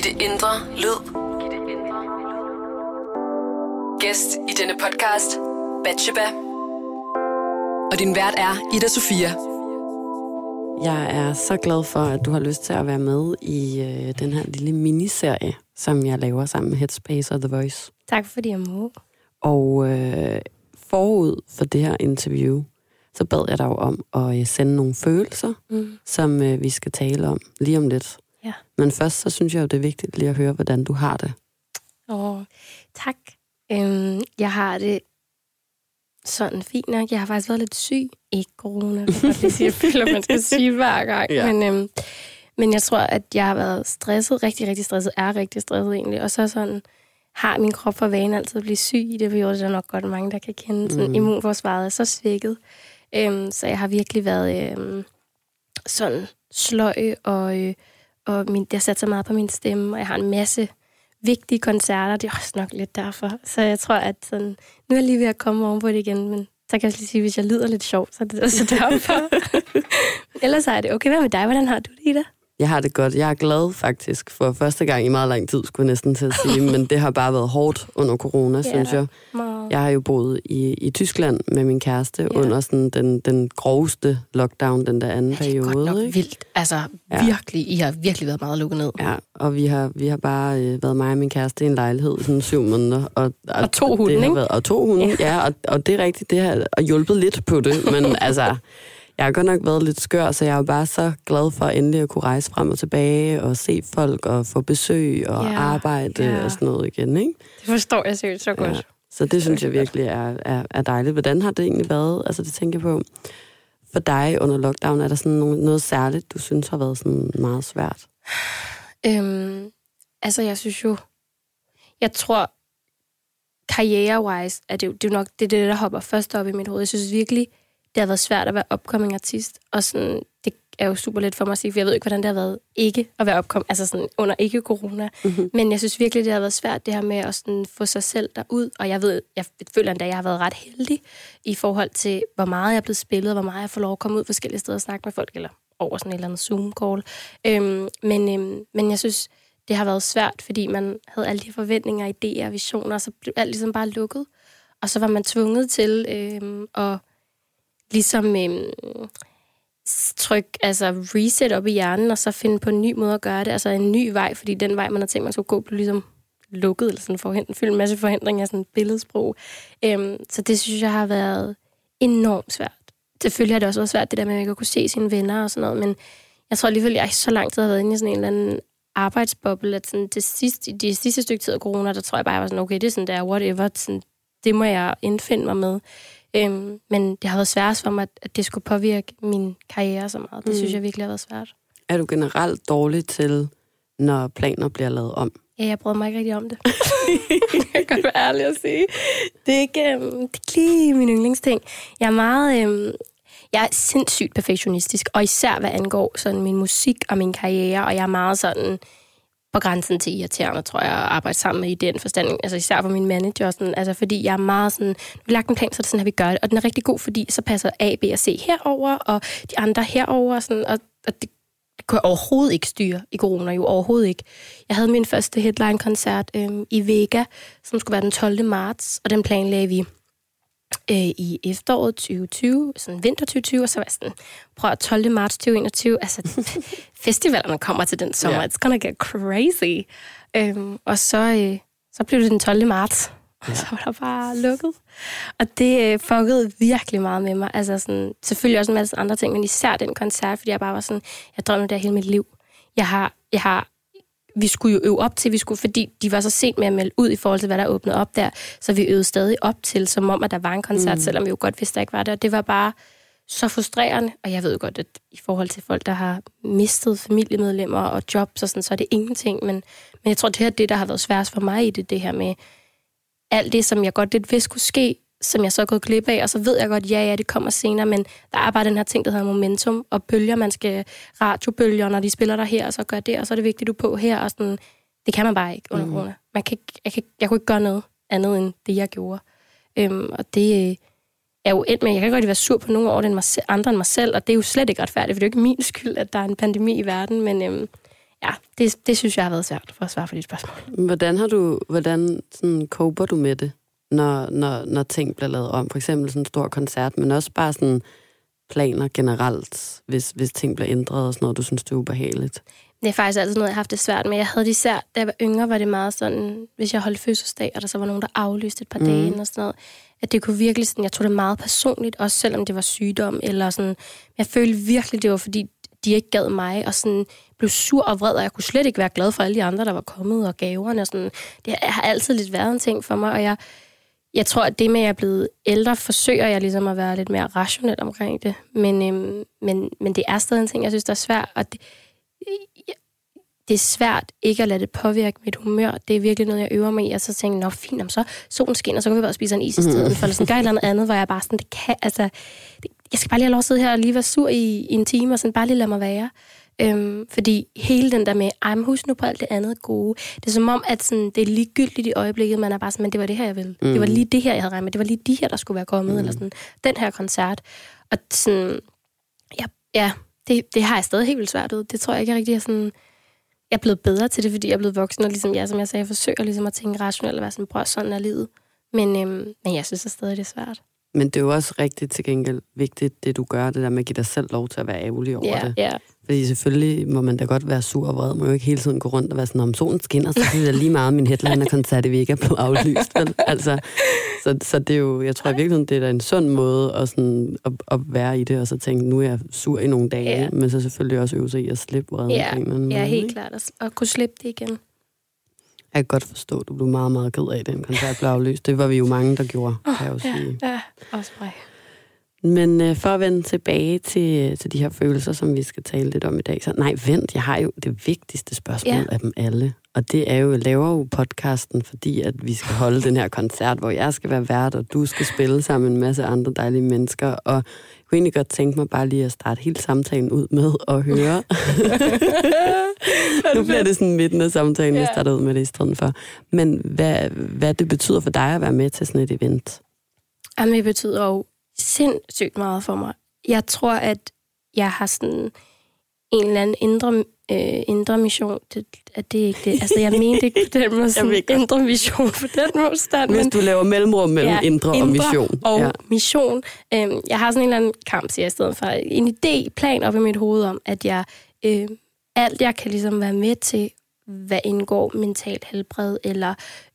det indre lyd. Gæst i denne podcast, Batsheba. Og din vært er Ida Sofia. Jeg er så glad for, at du har lyst til at være med i den her lille miniserie, som jeg laver sammen med Headspace og The Voice. Tak fordi jeg må. Og forud for det her interview, så bad jeg dig om at sende nogle følelser, som vi skal tale om lige om lidt. Ja. Men først, så synes jeg jo, det er vigtigt lige at høre, hvordan du har det. Tak. Jeg har det sådan fint nok. Jeg har faktisk været lidt syg. Ikke corona, jeg føler, man skal sige hver gang. Ja. Men jeg tror, at jeg har været stresset, rigtig stresset, er rigtig stresset egentlig. Og så sådan har min krop for vane altid at blive syg i det, for det er nok godt mange, der kan kende. Sådan, immunforsvaret er så svækket. Så jeg har virkelig været sådan sløj, og jeg satte så meget på min stemme, og jeg har en masse vigtige koncerter. Det er også nok lidt derfor. Så jeg tror, at sådan, nu er jeg lige ved at komme ovenpå det igen, men så kan jeg lige sige, hvis jeg lyder lidt sjovt, så er det også derfor. Ellers er det okay. Hvad med dig? Hvordan har du det, Ida? Jeg har det godt. Jeg er glad faktisk for første gang i meget lang tid, skulle jeg næsten til at sige. Men det har bare været hårdt under corona, synes jeg. Jeg har jo boet i Tyskland med min kæreste under sådan den groveste lockdown, den der anden periode. Det er godt nok vildt. Altså virkelig, I har virkelig været meget lukket ned. Ja, og vi har bare været mig og min kæreste i en lejlighed i sådan 7 måneder. Og 2 hunde, ikke? Og 2 hunde, ja. Og det er rigtigt, det har hjulpet lidt på det, men altså... Jeg har godt nok været lidt skør, så jeg er bare så glad for endelig at kunne rejse frem og tilbage og se folk og få besøg og arbejde og sådan noget igen, ikke? Det forstår jeg seriøst så godt. Ja. Så det synes jeg virkelig er dejligt. Hvordan har det egentlig været? Altså det tænker jeg på. For dig under lockdown, er der sådan noget særligt, du synes har været sådan meget svært? Altså jeg synes jo, jeg tror karriere-wise, at det er nok det, der hopper først op i mit hoved. Jeg synes virkelig, det har været svært at være upcoming artist, og sådan, det er jo super let for mig at sige, for jeg ved ikke, hvordan det har været ikke at være upcoming, altså sådan under ikke-corona. Men jeg synes virkelig, det har været svært, det her med at sådan få sig selv derud, og jeg føler endda, at jeg har været ret heldig i forhold til, hvor meget jeg er blevet spillet, og hvor meget jeg får lov at komme ud forskellige steder og snakke med folk, eller over sådan et eller andet Zoom-call. Men jeg synes, det har været svært, fordi man havde alle de forventninger, idéer og visioner, og så blev alt ligesom bare lukket. Og så var man tvunget til at ligesom tryk, altså reset op i hjernen, og så finde på en ny måde at gøre det, altså en ny vej, fordi den vej, man har tænkt, man skulle gå, blev ligesom lukket, eller sådan fyldt en masse forhindringer af sådan et billedsprog. Så det synes jeg har været enormt svært. Selvfølgelig har det også været svært, det der med, at jeg ikke kunne se sine venner og sådan noget, men jeg tror alligevel, jeg så lang tid har været inde i sådan en eller anden arbejdsboble, at sådan det sidste stykke tid af corona, der tror jeg bare, jeg var sådan, okay, det er sådan der, whatever, sådan, det må jeg indfinde mig med. Men det har været svært for mig, at det skulle påvirke min karriere så meget. Det synes jeg virkelig har været svært. Er du generelt dårlig til, når planer bliver lavet om? Ja, jeg bryder mig ikke rigtig om det. Jeg kan godt være ærlig at sige. Det er ikke lige min yndlingsting. Jeg er sindssygt perfektionistisk, og især hvad angår sådan min musik og min karriere, og jeg er meget sådan på grænsen til irriterende, tror jeg, at arbejde sammen med i den forstand. Altså især for min manager og sådan, altså fordi jeg er meget sådan, vi har lagt en plan, så er det sådan, at vi gør det, og den er rigtig god, fordi så passer A, B og C herover og de andre herover og sådan, og det kunne jeg overhovedet ikke styre i corona, jo overhovedet ikke. Jeg havde min første headline-koncert i Vega, som skulle være den 12. marts, og den planlagde vi i efteråret 2020, sådan vinter 2020, og så var jeg sådan, prøv 12. marts 2021, altså festivalerne kommer til den sommer, It's gonna get crazy. Og så blev det den 12. marts, og så var der bare lukket. Og det fuckede virkelig meget med mig. Altså sådan, selvfølgelig også en masse andre ting, men især den koncert, fordi jeg bare var sådan, jeg drømte det hele mit liv. Vi skulle jo øve op til, fordi de var så sent med at melde ud i forhold til, hvad der åbnede op der, så vi øvede stadig op til, som om, at der var en koncert, selvom vi jo godt vidste, der ikke var der. Det var bare så frustrerende, og jeg ved godt, at i forhold til folk, der har mistet familiemedlemmer og jobs og sådan, så er det ingenting, men jeg tror, det er det, der har været sværest for mig i det her med alt det, som jeg godt lidt vidste kunne ske, som jeg så er gået glip af, og så ved jeg godt, ja, det kommer senere, men der er bare den her ting, der hedder momentum, og bølger, man skal radiobølger, når de spiller der her, og så gør det, og så er det vigtigt, du er på her, og sådan, det kan man bare ikke under corona. Jeg kunne ikke gøre noget andet, end det, jeg gjorde. Og det er jo endt med, jeg kan godt være sur på nogle år, andre end mig selv, og det er jo slet ikke retfærdigt, for det er jo ikke min skyld, at der er en pandemi i verden, men det synes jeg har været svært for at svare på dit spørgsmål. Hvordan sådan coper du med det, når ting bliver lavet om? For eksempel sådan en stor koncert, men også bare sådan planer generelt, hvis ting bliver ændret og sådan noget, du synes, det er ubehageligt? Det er faktisk altid noget, jeg har haft det svært med. Jeg havde det især, da jeg var yngre, var det meget sådan, hvis jeg holdt fødselsdag, og der så var nogen, der aflyste et par dage og sådan noget, at det kunne virkelig sådan, jeg tog det meget personligt, også selvom det var sygdom, eller sådan, jeg følte virkelig, det var fordi, de ikke gad mig, og sådan blev sur og vred, og jeg kunne slet ikke være glad for alle de andre, der var kommet, og gaverne, og sådan. Det har altid lidt været en ting for mig, og jeg tror, at det med, at jeg er blevet ældre, forsøger jeg ligesom at være lidt mere rationel omkring det, men det er stadig en ting, jeg synes, der er svært, og det er svært ikke at lade det påvirke mit humør. Det er virkelig noget, jeg øver mig i, og så tænker jeg, fint, så solen skinner, så kan vi bare spise en is i stedet, for sådan gør et eller andet, hvor jeg bare sådan, jeg skal bare lige have lov at sidde her og lige være sur i en time, og sådan bare lige lade mig være. Fordi hele den der med, husk nu på alt det andet gode. Det er som om, at sådan, det er ligegyldigt i øjeblikket, man er bare sådan, men det var det her, jeg ville. Det var lige det her, jeg havde regnet med. Det var lige de her, der skulle være kommet, eller sådan, den her koncert. Og sådan, det har jeg stadig helt vildt svært ud. Det tror jeg ikke rigtig, jeg er blevet bedre til det, fordi jeg er blevet voksen, og ligesom som jeg sagde, jeg forsøger ligesom at tænke rationelt og være sådan, sådan er livet. Men jeg synes at stadig, det er svært. Men det er jo også rigtig til gengæld vigtigt, det du gør, det der med at give dig selv lov til at være ærgerlig over det. Ja. Fordi selvfølgelig må man da godt være sur og vred, må jo ikke hele tiden gå rundt og være sådan, om solen skinner, så synes jeg lige meget, min headliner-koncert i Vega er blevet aflyst. Altså, så det er jo, jeg tror virkelig, det er da en sund måde at være i det, og så tænke, nu er jeg sur i nogle dage, men så selvfølgelig også øve sig i at slippe vreden. Ja, helt klart, at kunne slippe det igen. Jeg kan godt forstå, at du blev meget, meget ked af, at den koncert blev aflyst. Det var vi jo mange, der gjorde, kan jeg jo sige. Ja, også mig. Men for at vende tilbage til de her følelser, som vi skal tale lidt om i dag, så nej, vent, jeg har jo det vigtigste spørgsmål af dem alle. Og det er jo, jeg laver jo podcasten, fordi at vi skal holde den her koncert, hvor jeg skal være vært, og du skal spille sammen med en masse andre dejlige mennesker. Og jeg kunne egentlig godt tænke mig bare lige at starte hele samtalen ud med at høre. Nu bliver det sådan midten af samtalen, jeg starter ud med det i stedet for. Men hvad det betyder for dig at være med til sådan et event? Jamen, det betyder jo sindssygt meget for mig. Jeg tror, at jeg har sådan en eller anden indre mission. At det er ikke det. Altså, jeg mente ikke på den måde sådan indre mission på den måde stand. Hvis du laver mellemrum mellem indre og mission. Og mission. Jeg har sådan en eller anden kamp, siger jeg i stedet for. En plan op i mit hoved om, at jeg alt jeg kan ligesom være med til, hvad indgår mentalt helbred, eller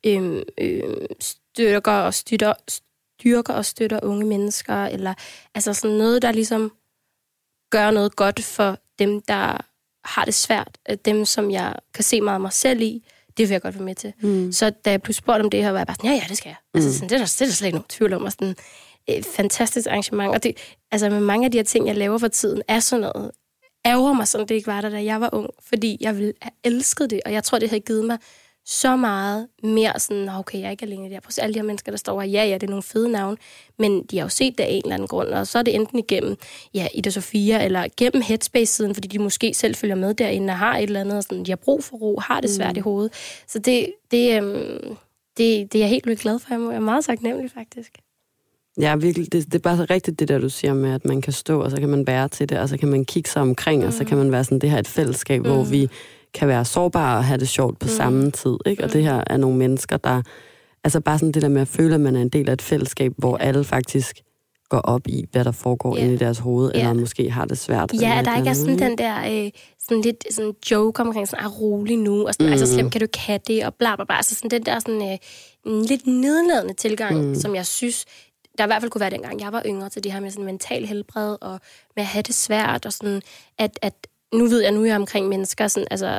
styrker og støtter unge mennesker, eller altså sådan noget, der ligesom gør noget godt for dem, der har det svært, dem, som jeg kan se meget mig selv i, det vil jeg godt være med til. Så da jeg blev spurgt om det her, var jeg bare sådan, ja, det skal jeg. Altså, sådan, det er der slet ikke nogen tvivl om, og sådan fantastisk arrangement. Og det, altså med mange af de her ting, jeg laver for tiden, er sådan noget, ærger mig sådan, det ikke var der, da jeg var ung, fordi jeg ville have elsket det, og jeg tror, det havde givet mig så meget mere sådan, okay, jeg er ikke alene der. Prøv alle de her mennesker, der står her, ja, det er nogle fede navne, men de har jo set det af en eller anden grund, og så er det enten igennem, Ida Sofia, eller gennem Headspace-siden, fordi de måske selv følger med derinde og har et eller andet, og sådan, de har brug for ro, har det svært i hovedet. Så det er jeg helt vildt glad for. Jeg er meget taknemmelig, faktisk. Ja, virkelig. Det er bare så rigtigt, det der, du siger med, at man kan stå, og så kan man være til det, og så kan man kigge sig omkring, og så kan man være sådan, det her et fællesskab, hvor vi kan være sårbare og have det sjovt på samme tid, ikke? Og det her er nogle mennesker, der... Altså bare sådan det der med at føle, at man er en del af et fællesskab, hvor alle faktisk går op i, hvad der foregår inde i deres hoved, eller måske har det svært. Ja, der ikke er sådan den der sådan lidt sådan joke omkring sådan, rolig nu, og sådan, altså slemt kan du ikke have det, og bla bla bla. Altså sådan den der sådan lidt nedladende tilgang, som jeg synes, der i hvert fald kunne være dengang, jeg var yngre, til det her med sådan mental helbred, og med at have det svært, og sådan, at nu ved jeg, nu er jeg omkring mennesker, sådan, altså,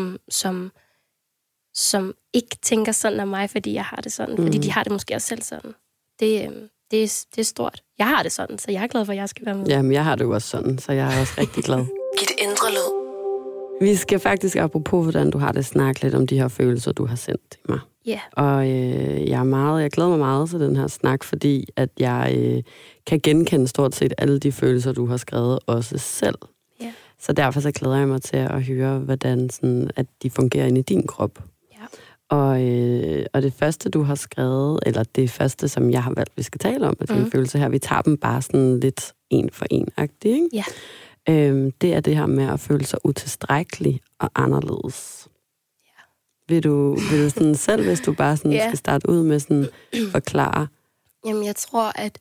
som ikke tænker sådan af mig, fordi jeg har det sådan, fordi de har det måske også selv sådan. Det er stort. Jeg har det sådan, så jeg er glad for, at jeg skal være med. Jamen, jeg har det jo også sådan, så jeg er også rigtig glad. Giv det indre lyd. Vi skal faktisk, apropos hvordan du har det, snakke lidt om de her følelser, du har sendt til mig. Ja. Og jeg glæder mig meget til den her snak, fordi at jeg kan genkende stort set alle de følelser, du har skrevet også selv. Ja. Så derfor så glæder jeg mig til at høre, hvordan sådan, at de fungerer inde i din krop. Ja. Og det første, du har skrevet, eller det første, som jeg har valgt, vi skal tale om, af dine følelser her, vi tager dem bare sådan lidt en for en-agtigt, ikke? Ja. Det er det her med at føle sig utilstrækkelig og anderledes. Ja. Vil du sådan selv, hvis du bare sådan skal starte ud med sådan forklare? Jamen, jeg tror, at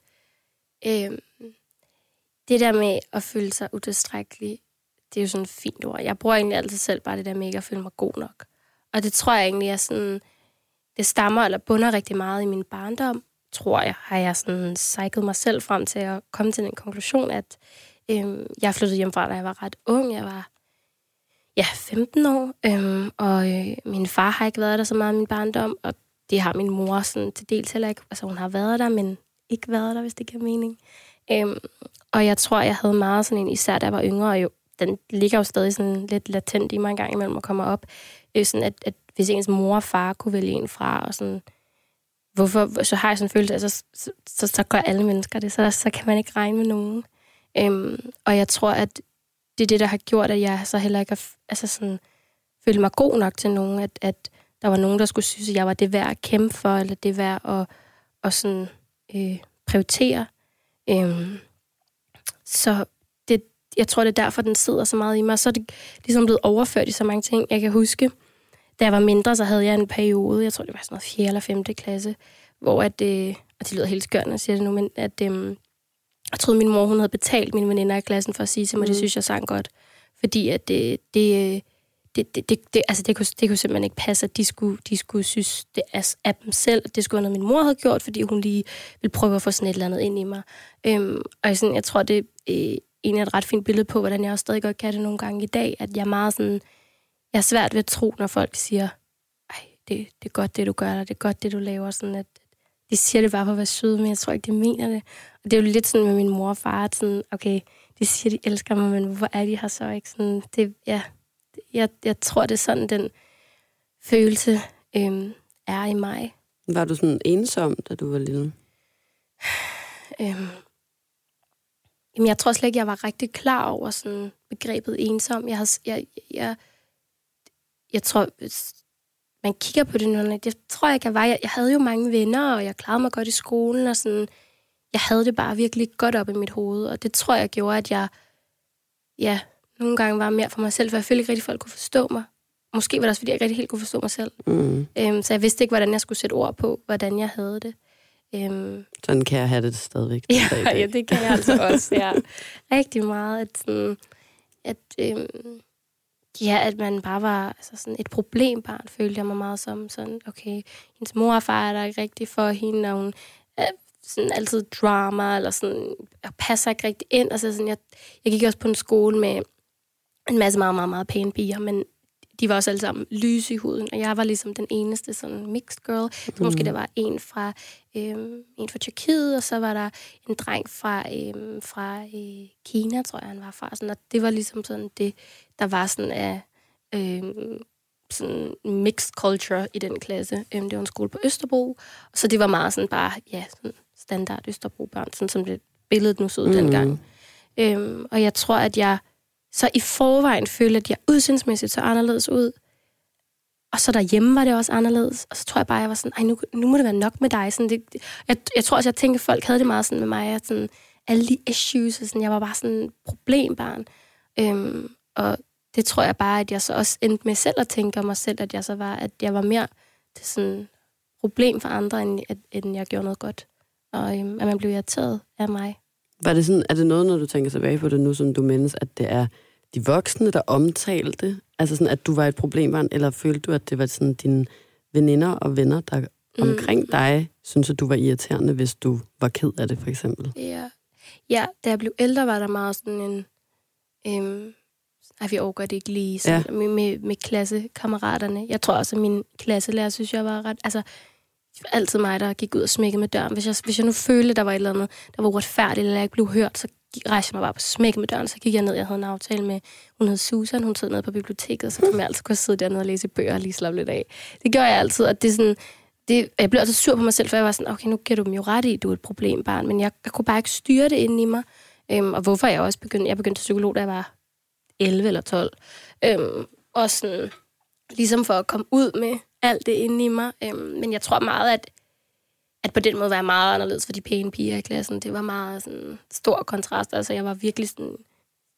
det der med at føle sig utilstrækkelig, det er jo sådan et fint ord. Jeg bruger egentlig altid selv bare det der med ikke at føle mig god nok. Og det tror jeg egentlig er sådan, det stammer eller bunder rigtig meget i min barndom, tror jeg, har jeg sådan psyket mig selv frem til at komme til den konklusion, at jeg flyttede hjemmefra, da jeg var ret ung. Jeg var 15 år, og min far har ikke været der så meget i min barndom, og det har min mor sådan til dels heller ikke. Altså hun har været der, men ikke været der, hvis det giver mening. Og jeg tror, jeg havde meget sådan en, især da jeg var yngre, og jo, den ligger jo stadig sådan lidt latent i mig en gang imellem at komme op, sådan at hvis ens mor og far kunne vælge en fra, og sådan, hvorfor, så har jeg sådan en følelse, at så gør alle mennesker det, så kan man ikke regne med nogen. Og jeg tror, at det er det, der har gjort, at jeg så heller ikke følte mig god nok til nogen, at der var nogen, der skulle synes, at jeg var det værd at kæmpe for, eller det værd at sådan, prioritere. Så jeg tror, det er derfor, den sidder så meget i mig. Så er det ligesom blevet overført i så mange ting. Jeg kan huske, da jeg var mindre, så havde jeg en periode, jeg tror, det var sådan noget 4. eller 5. klasse, hvor og det lyder helt skørt, når jeg siger det nu, men at jeg troede, min mor hun havde betalt mine veninder i klassen for at sige til mig, det synes jeg sang godt. Fordi at det kunne simpelthen ikke passe, at de skulle synes det af dem selv, at det skulle være noget, min mor havde gjort, fordi hun lige ville prøve at få sådan et eller andet ind i mig. Og sådan, jeg tror, det er egentlig et ret fint billede på, hvordan jeg også stadig godt kan det nogle gange i dag, at jeg er meget sådan, jeg er svært ved at tro, når folk siger, ej, det er godt det, du gør, eller det er godt det, du laver, sådan at de siger det bare for at være søde, men jeg tror ikke, de mener det. Og det er jo lidt sådan med min mor og far, at sådan, okay, de siger, de elsker mig, men hvorfor er de her så ikke sådan? Det, ja, jeg tror, det er sådan, den følelse er i mig. Var du sådan ensom, da du var lille? Jamen, jeg tror slet ikke, jeg var rigtig klar over sådan begrebet ensom. Jeg tror, man kigger på det nu, det tror jeg ikke, jeg var. Jeg havde jo mange venner, og jeg klarede mig godt i skolen, og sådan, jeg havde det bare virkelig godt op i mit hoved, og det tror jeg gjorde, at jeg nogle gange var mere for mig selv, for jeg følte ikke rigtig, folk kunne forstå mig. Måske var det også, fordi jeg ikke rigtig helt kunne forstå mig selv. Så jeg vidste ikke, hvordan jeg skulle sætte ord på, hvordan jeg havde det. Sådan kan jeg have det stadigvæk. Ja, det kan jeg altså også, ja. Rigtig meget, at man bare var altså sådan et problembarn, følte jeg mig meget som. Sådan, okay, hendes mor og far er der ikke rigtig for hende, og hun er sådan altid drama, eller sådan, jeg passer ikke rigtig ind. Altså sådan, jeg gik også på en skole med en masse meget, meget, meget pæne piger, men de var også alle sammen lyse i huden, og jeg var ligesom den eneste sådan mixed girl. Så måske der var en fra Tyrkiet, og så var der en dreng fra Kina, tror jeg, han var fra. Sådan, og det var ligesom sådan det, der var sådan af sådan mixed culture i den klasse. Det var en skole på Østerbro, og så det var meget sådan bare, ja, sådan standard Østerbro-børn, sådan som det billedet nu så ud dengang. Og jeg tror, at jeg så i forvejen følte, at jeg udseendsmæssigt så anderledes ud. Og så derhjemme var det også anderledes. Og så tror jeg bare, jeg var sådan, nu må det være nok med dig. Sådan, jeg tror også, jeg tænkte, at folk havde det meget sådan med mig. At sådan, alle de issues, og sådan, jeg var bare sådan et problembarn. Og det tror jeg bare, at jeg så også endte med selv at tænke om mig selv, at jeg var mere til sådan problem for andre, end jeg gjorde noget godt. Og at man blev irriteret af mig. Var det sådan, er det noget, når du tænker tilbage på det nu, som du mindes, at det er de voksne, der omtalte? Altså sådan, at du var et problembarn, eller følte du, at det var sådan dine veninder og venner, der omkring dig, synes at du var irriterende, hvis du var ked af det, for eksempel? Ja, da jeg blev ældre, var der meget sådan en... vi overgår det ikke lige sådan, med klassekammeraterne. Jeg tror også, at min klasselærer synes, jeg var ret... Altså, det var altid mig, der gik ud og smækkede med døren. Hvis jeg nu følte, der var et eller andet, der var uretfærdigt, eller jeg ikke blev hørt, så rejste jeg mig bare på smækket med døren. Så gik jeg ned, jeg havde en aftale med, hun hed Susan, hun sad nede på biblioteket, så kom jeg altid kunne sidde dernede og læse bøger og lige slappe lidt af. Det gjorde jeg altid, og det er sådan... jeg blev også sur på mig selv, for jeg var sådan, okay, nu giver du dem jo ret i, du er et problembarn, men jeg kunne bare ikke styre det inde i mig. Og hvorfor jeg også begyndte... Jeg begyndte til psykolog, da jeg var 11 eller 12. Og sådan, ligesom for at komme ud med alt det inde i mig. Men jeg tror meget, at på den måde var jeg meget anderledes for de pæne piger i klassen. Det var meget sådan stor kontrast. Altså, jeg var virkelig sådan...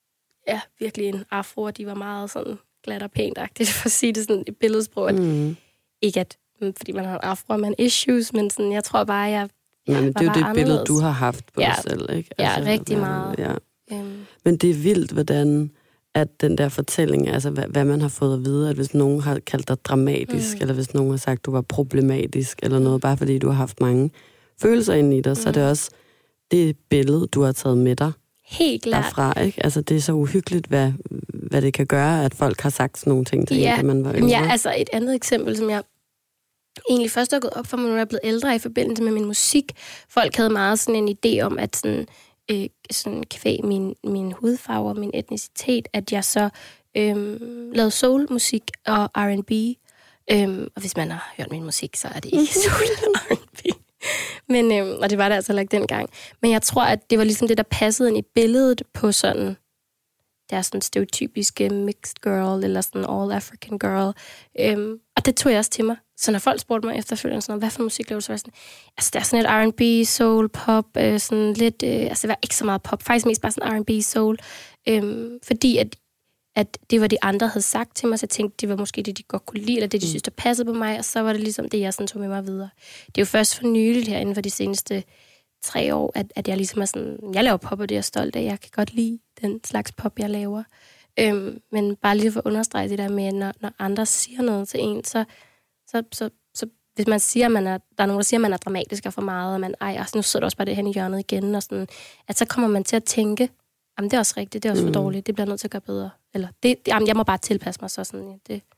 virkelig en afro, og de var meget sådan glat og pænt-agtigt, for at sige det sådan i billedsprog. Ikke at, fordi man har en afro, man issues, men sådan, jeg tror bare, jeg men det er jo det anderledes. billede, du har haft på dig selv, ikke? Altså, rigtig meget. Ja. Men det er vildt, hvordan at den der fortælling, altså hvad man har fået at vide, at hvis nogen har kaldt dig dramatisk, eller hvis nogen har sagt, du var problematisk, eller noget, bare fordi du har haft mange følelser inde i dig, så er det også det billede, du har taget med dig. Helt klart. Derfra, ikke? Altså, det er så uhyggeligt, hvad det kan gøre, at folk har sagt sådan nogle ting til en, da man var yngre. Ja, altså et andet eksempel, som jeg egentlig først har gået op for mig, når jeg er blevet ældre i forbindelse med min musik. Folk havde meget sådan en idé om, at sådan kvæg min hudfarve og min etnicitet, at jeg så lavede soulmusik og R&B. Og hvis man har hørt min musik, så er det ikke soul eller R&B. Men, og det var det altså ikke dengang. Men jeg tror, at det var ligesom det, der passede ind i billedet på sådan, der sådan stereotypiske mixed girl, eller sådan all African girl. Og det tog jeg også til mig. Så når folk spurgte mig efterfølgende, sådan, hvad for musik laver du, så var jeg sådan, altså der er sådan et R&B, soul, pop, sådan lidt, altså det var ikke så meget pop, faktisk mest bare sådan R&B, soul. Fordi at det var de andre havde sagt til mig, så jeg tænkte, det var måske det, de godt kunne lide, eller det, de synes, der passede på mig, og så var det ligesom det, jeg sådan tog med mig videre. Det er jo først for nyligt her, inden for de seneste 3 år, at jeg ligesom er sådan, jeg laver pop, og det er jeg stolt af. Jeg kan godt lide den slags pop, jeg laver. Men bare lige for at understrege det der med, når andre siger noget til en, så hvis man siger, der er nogen, der siger, at man er dramatisk og for meget, og man, altså, nu sidder du også bare det hen i hjørnet igen, og sådan, at så kommer man til at tænke, jamen det er også rigtigt, det er også for dårligt, det bliver nødt til at gøre bedre. Eller, jamen, jeg må bare tilpasse mig, så sådan,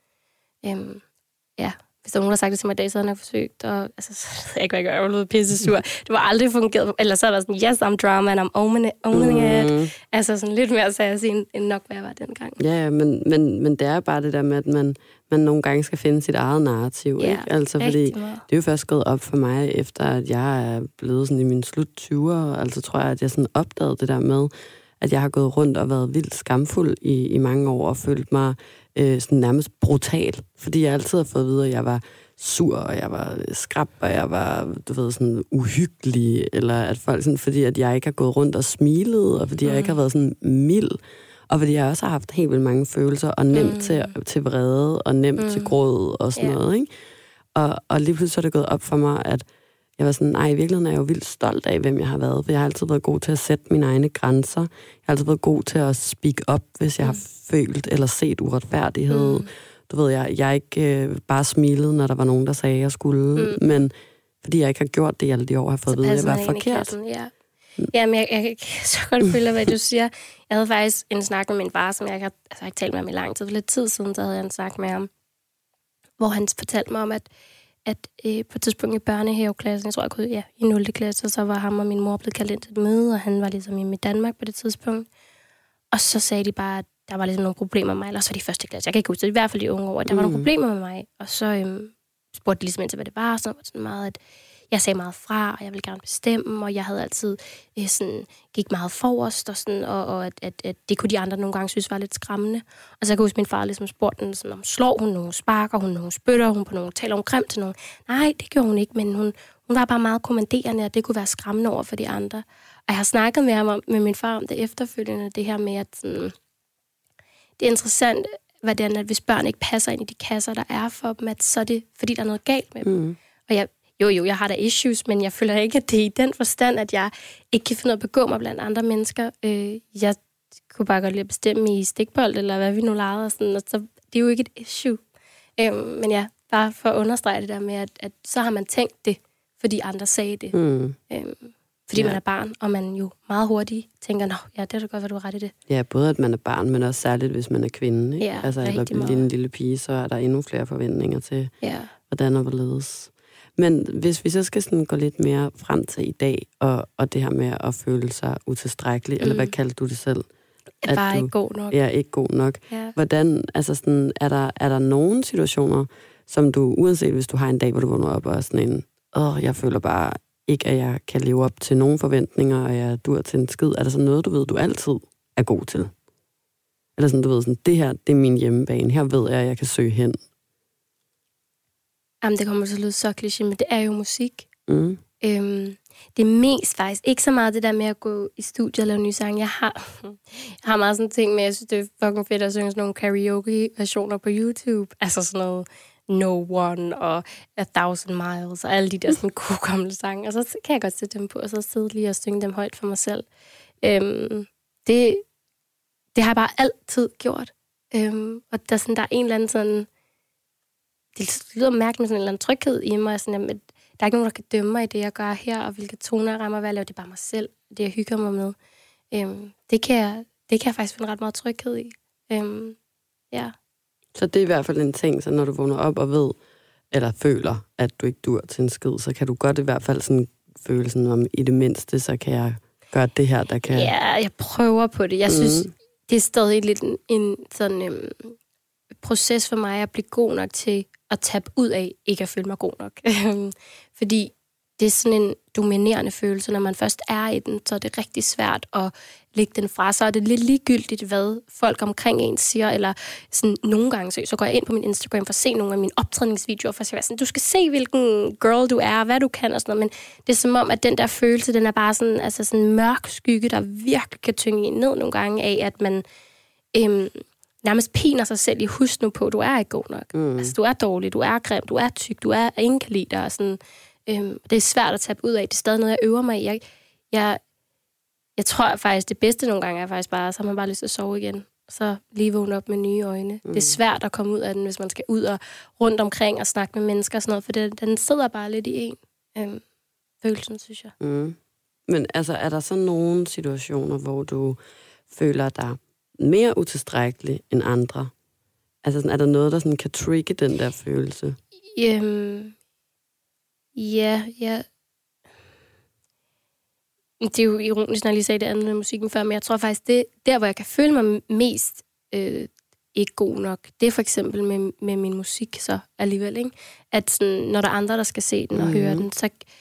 hvis der er nogen, der har sagt det til mig i dag, så havde jeg forsøgt, og altså, så jeg ikke, hvad jeg gør, jeg var pisse sur. Det var aldrig fungeret, eller så er der sådan, yes, I'm drama, and I'm owning it. Altså sådan lidt mere sassy, end nok, hvad jeg var dengang. Ja, men det er bare det der med, at man nogle gange skal finde sit eget narrativ, ikke? Altså, fordi det er jo først gået op for mig, efter at jeg er blevet sådan i mine slut 20'ere, altså tror jeg, at jeg sådan opdagede det der med, at jeg har gået rundt og været vildt skamfuld i mange år, og følt mig sådan nærmest brutal, fordi jeg altid har fået at vide, at jeg var sur, og jeg var skrap, og jeg var, du ved, sådan uhyggelig, eller at folk sådan, fordi at jeg ikke har gået rundt og smilet, og fordi jeg ikke har været sådan mild, og fordi jeg også har haft helt vildt mange følelser, og nemt til vrede, og nemt til gråd, og sådan noget, ikke? Og lige pludselig så er det gået op for mig, at jeg var sådan, nej, i virkeligheden er jeg jo vildt stolt af, hvem jeg har været, for jeg har altid været god til at sætte mine egne grænser. Jeg har altid været god til at speak up, hvis jeg har følt eller set uretfærdighed. Du ved, jeg ikke bare smilede, når der var nogen, der sagde, at jeg skulle, men fordi jeg ikke har gjort det i alle de år, har fået at vide, at jeg var forkert. Jamen, jeg kan så godt følge, hvad du siger. Jeg havde faktisk en snak med min far, som jeg ikke talt med ham i lang tid. For lidt tid siden, så havde jeg en snak med ham, hvor han fortalte mig om, at på et tidspunkt i børnehaveklassen, jeg tror, i 0. klasse, så var ham og min mor blevet kaldt ind til et møde, og han var ligesom i Danmark på det tidspunkt. Og så sagde de bare, at der var ligesom nogle problemer med mig, eller så var de 1. klasse. Jeg kan ikke huske det, i hvert fald de unge år, at der var nogle problemer med mig. Og så spurgte de ligesom ind til, hvad det var, og så var det sådan meget, at jeg sagde meget fra, og jeg ville gerne bestemme, og jeg havde altid gik meget forrest, og, sådan, og at det kunne de andre nogle gange synes var lidt skræmmende. Og så kan jeg huske, min far ligesom spurgte den, sådan, om slår hun nogen, sparker hun nogen, spytter hun på nogen, taler hun grimt til nogen. Nej, det gjorde hun ikke, men hun var bare meget kommanderende, og det kunne være skræmmende over for de andre. Og jeg har snakket med min far om det efterfølgende, det her med, at sådan, det er interessant, hvordan, at hvis børn ikke passer ind i de kasser, der er for dem, at så er det, fordi der er noget galt med dem. Og jeg har da issues, men jeg føler ikke, at det er i den forstand, at jeg ikke kan finde ud af at begå mig blandt andre mennesker. Jeg kunne bare godt lide at bestemme i stikbold, eller hvad vi nu legede, og sådan, og så det er jo ikke et issue. Men ja, bare for at understrege det der med, at så har man tænkt det, fordi andre sagde det. Fordi man er barn, og man jo meget hurtigt tænker, nå, ja, det er da godt, hvad du har ret i det. Ja, både at man er barn, men også særligt, hvis man er kvinde. Ikke? Ja, altså, eller en lille pige, så er der endnu flere forventninger til, hvordan og hvorledes. Men hvis vi så skal sådan gå lidt mere frem til i dag, og det her med at føle sig utilstrækkelig, eller hvad kaldte du det selv? Bare ikke god nok. Ja, ikke god nok. Ja. Hvordan, altså sådan, er der nogle situationer, som du, uanset hvis du har en dag, hvor du vågner op og er sådan en, jeg føler bare ikke, at jeg kan leve op til nogle forventninger, og jeg dur til en skid. Er der sådan noget, du ved, du altid er god til? Eller sådan, du ved, sådan, det her, det er min hjemmebane. Her ved jeg, at jeg kan søge hen. Jamen, det kommer til at lyde så kliché, men det er jo musik. Det er mest faktisk ikke så meget det der med at gå i studiet og lave nye sange. Jeg har meget sådan ting med, jeg synes, det er fucking fedt at synge sådan nogle karaoke-versioner på YouTube. Altså sådan noget No One og 1000 Miles og alle de der sådan gode gamle sange. Og så kan jeg godt sætte dem på, og så sidde lige og synge dem højt for mig selv. Det har jeg bare altid gjort. Og der er en eller anden sådan... Det lyder mærkeligt med sådan en eller anden tryghed i mig. Sådan, jamen, der er ikke nogen, der kan dømme mig i det, jeg gør her, og hvilke toner jeg rammer, hvad jeg laver. Det er bare mig selv, det jeg hygger mig med. Det kan jeg faktisk finde ret meget tryghed i. Ja. Så det er i hvert fald en ting, så når du vågner op og ved, eller føler, at du ikke dur til en skid, så kan du godt i hvert fald sådan følelsen om, i det mindste, så kan jeg gøre det her, der kan... Ja, jeg prøver på det. Jeg synes, det er stadig lidt en sådan proces for mig at blive god nok til at tabe ud af, ikke at føle mig god nok. Fordi det er sådan en dominerende følelse. Når man først er i den, så er det rigtig svært at lægge den fra sig. Og det er lidt ligegyldigt, hvad folk omkring en siger. Eller sådan, nogle gange så går jeg ind på min Instagram for at se nogle af mine optrædningsvideoer, for at sige sådan, du skal se, hvilken girl du er, hvad du kan og sådan noget. Men det er som om, at den der følelse, den er bare sådan, altså sådan en mørk skygge, der virkelig kan tynge en ned nogle gange af, at man nærmest piner sig selv i, husk nu på, du er ikke god nok. Altså, du er dårlig, du er grim, du er tyk, du er ingen kan lide dig. Sådan, det er svært at tabe ud af. Det er stadig noget, jeg øver mig i. Jeg tror faktisk, det bedste nogle gange er faktisk bare, så har man bare lyst til at sove igen. Så lige vågne op med nye øjne. Det er svært at komme ud af den, hvis man skal ud og rundt omkring og snakke med mennesker og sådan noget, for den sidder bare lidt i en. Følelsen, synes jeg. Men altså, er der så nogle situationer, hvor du føler dig mere utilstrækkelig end andre? Altså, sådan, er der noget, der sådan kan trigge den der følelse? Ja. Det er jo ironisk, når jeg lige sagde det andet med musikken før, men jeg tror faktisk, det der, hvor jeg kan føle mig mest ikke god nok, det er for eksempel med min musik så alligevel, ikke? At sådan, når der er andre, der skal se den og høre den,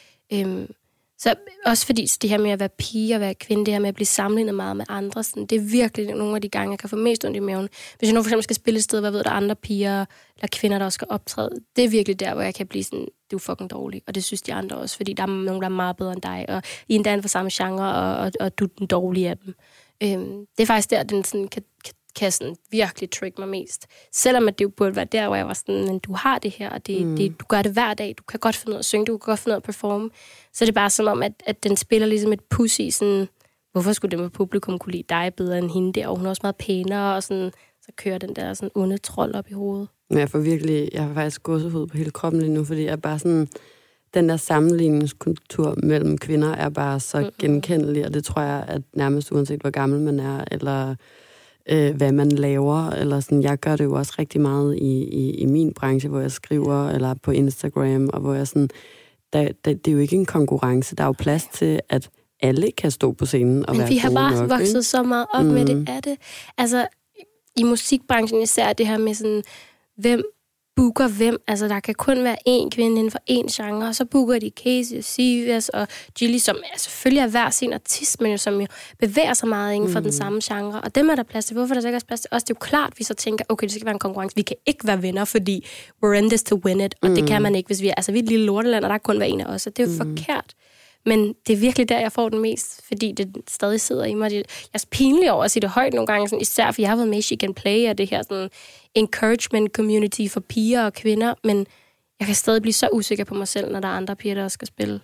så også fordi det her med at være pige og være kvinde, det her med at blive sammenlignet meget med andre, sådan, det er virkelig nogle af de gange, jeg kan få mest ondt i maven. Hvis jeg nu for eksempel skal spille et sted, hvor jeg ved, der er andre piger eller kvinder, der også skal optræde, det er virkelig der, hvor jeg kan blive sådan, du er fucking dårlig, og det synes de andre også, fordi der er nogen, der er meget bedre end dig, og I er endda for samme genre, og du er den dårlige af dem. Det er faktisk der, den sådan kan sådan virkelig trigge mig mest. Selvom at det jo burde være der, hvor jeg var sådan, men du har det her, og du gør det hver dag, du kan godt finde ud af at synge, du kan godt finde ud af at performe. Så det er bare som om, at den spiller ligesom et pussy i sådan, hvorfor skulle det med publikum kunne lide dig bedre end hende der, og hun er også meget pænere, og sådan, så kører den der sådan onde trold op i hovedet. Men jeg har faktisk gåsehud på hele kroppen lige nu, fordi jeg er bare sådan, den der sammenligningskultur mellem kvinder er bare så genkendelig, og det tror jeg, at nærmest uanset hvor gammel man er, eller hvad man laver, eller sådan. Jeg gør det jo også rigtig meget i min branche, hvor jeg skriver, eller på Instagram, og hvor jeg sådan, det er jo ikke en konkurrence, der er jo plads til, at alle kan stå på scenen og være gode nok. Vi har bare vokset så meget op med det, er det. Altså, i musikbranchen især det her med sådan, hvem booker hvem. Altså, der kan kun være én kvinde inden for én genre, og så booker de Casey og Sivas og Gilly, som selvfølgelig er hver sin artist, men jo, som jo bevæger sig meget inden for den samme genre. Og dem er der plads til. Hvorfor er der så ikke også plads til os? Det er jo klart, vi så tænker, okay, det skal være en konkurrence. Vi kan ikke være venner, fordi we're in this to win it, og det kan man ikke, hvis vi er et lille lorteland, og der kun være en af os. Og det er jo forkert. Men det er virkelig der, jeg får den mest, fordi det stadig sidder i mig. Jeg er pinlig over at sige det højt nogle gange, sådan, især for jeg har været med i She Can Play, og det her sådan, encouragement community for piger og kvinder, men jeg kan stadig blive så usikker på mig selv, når der er andre piger, der også skal spille.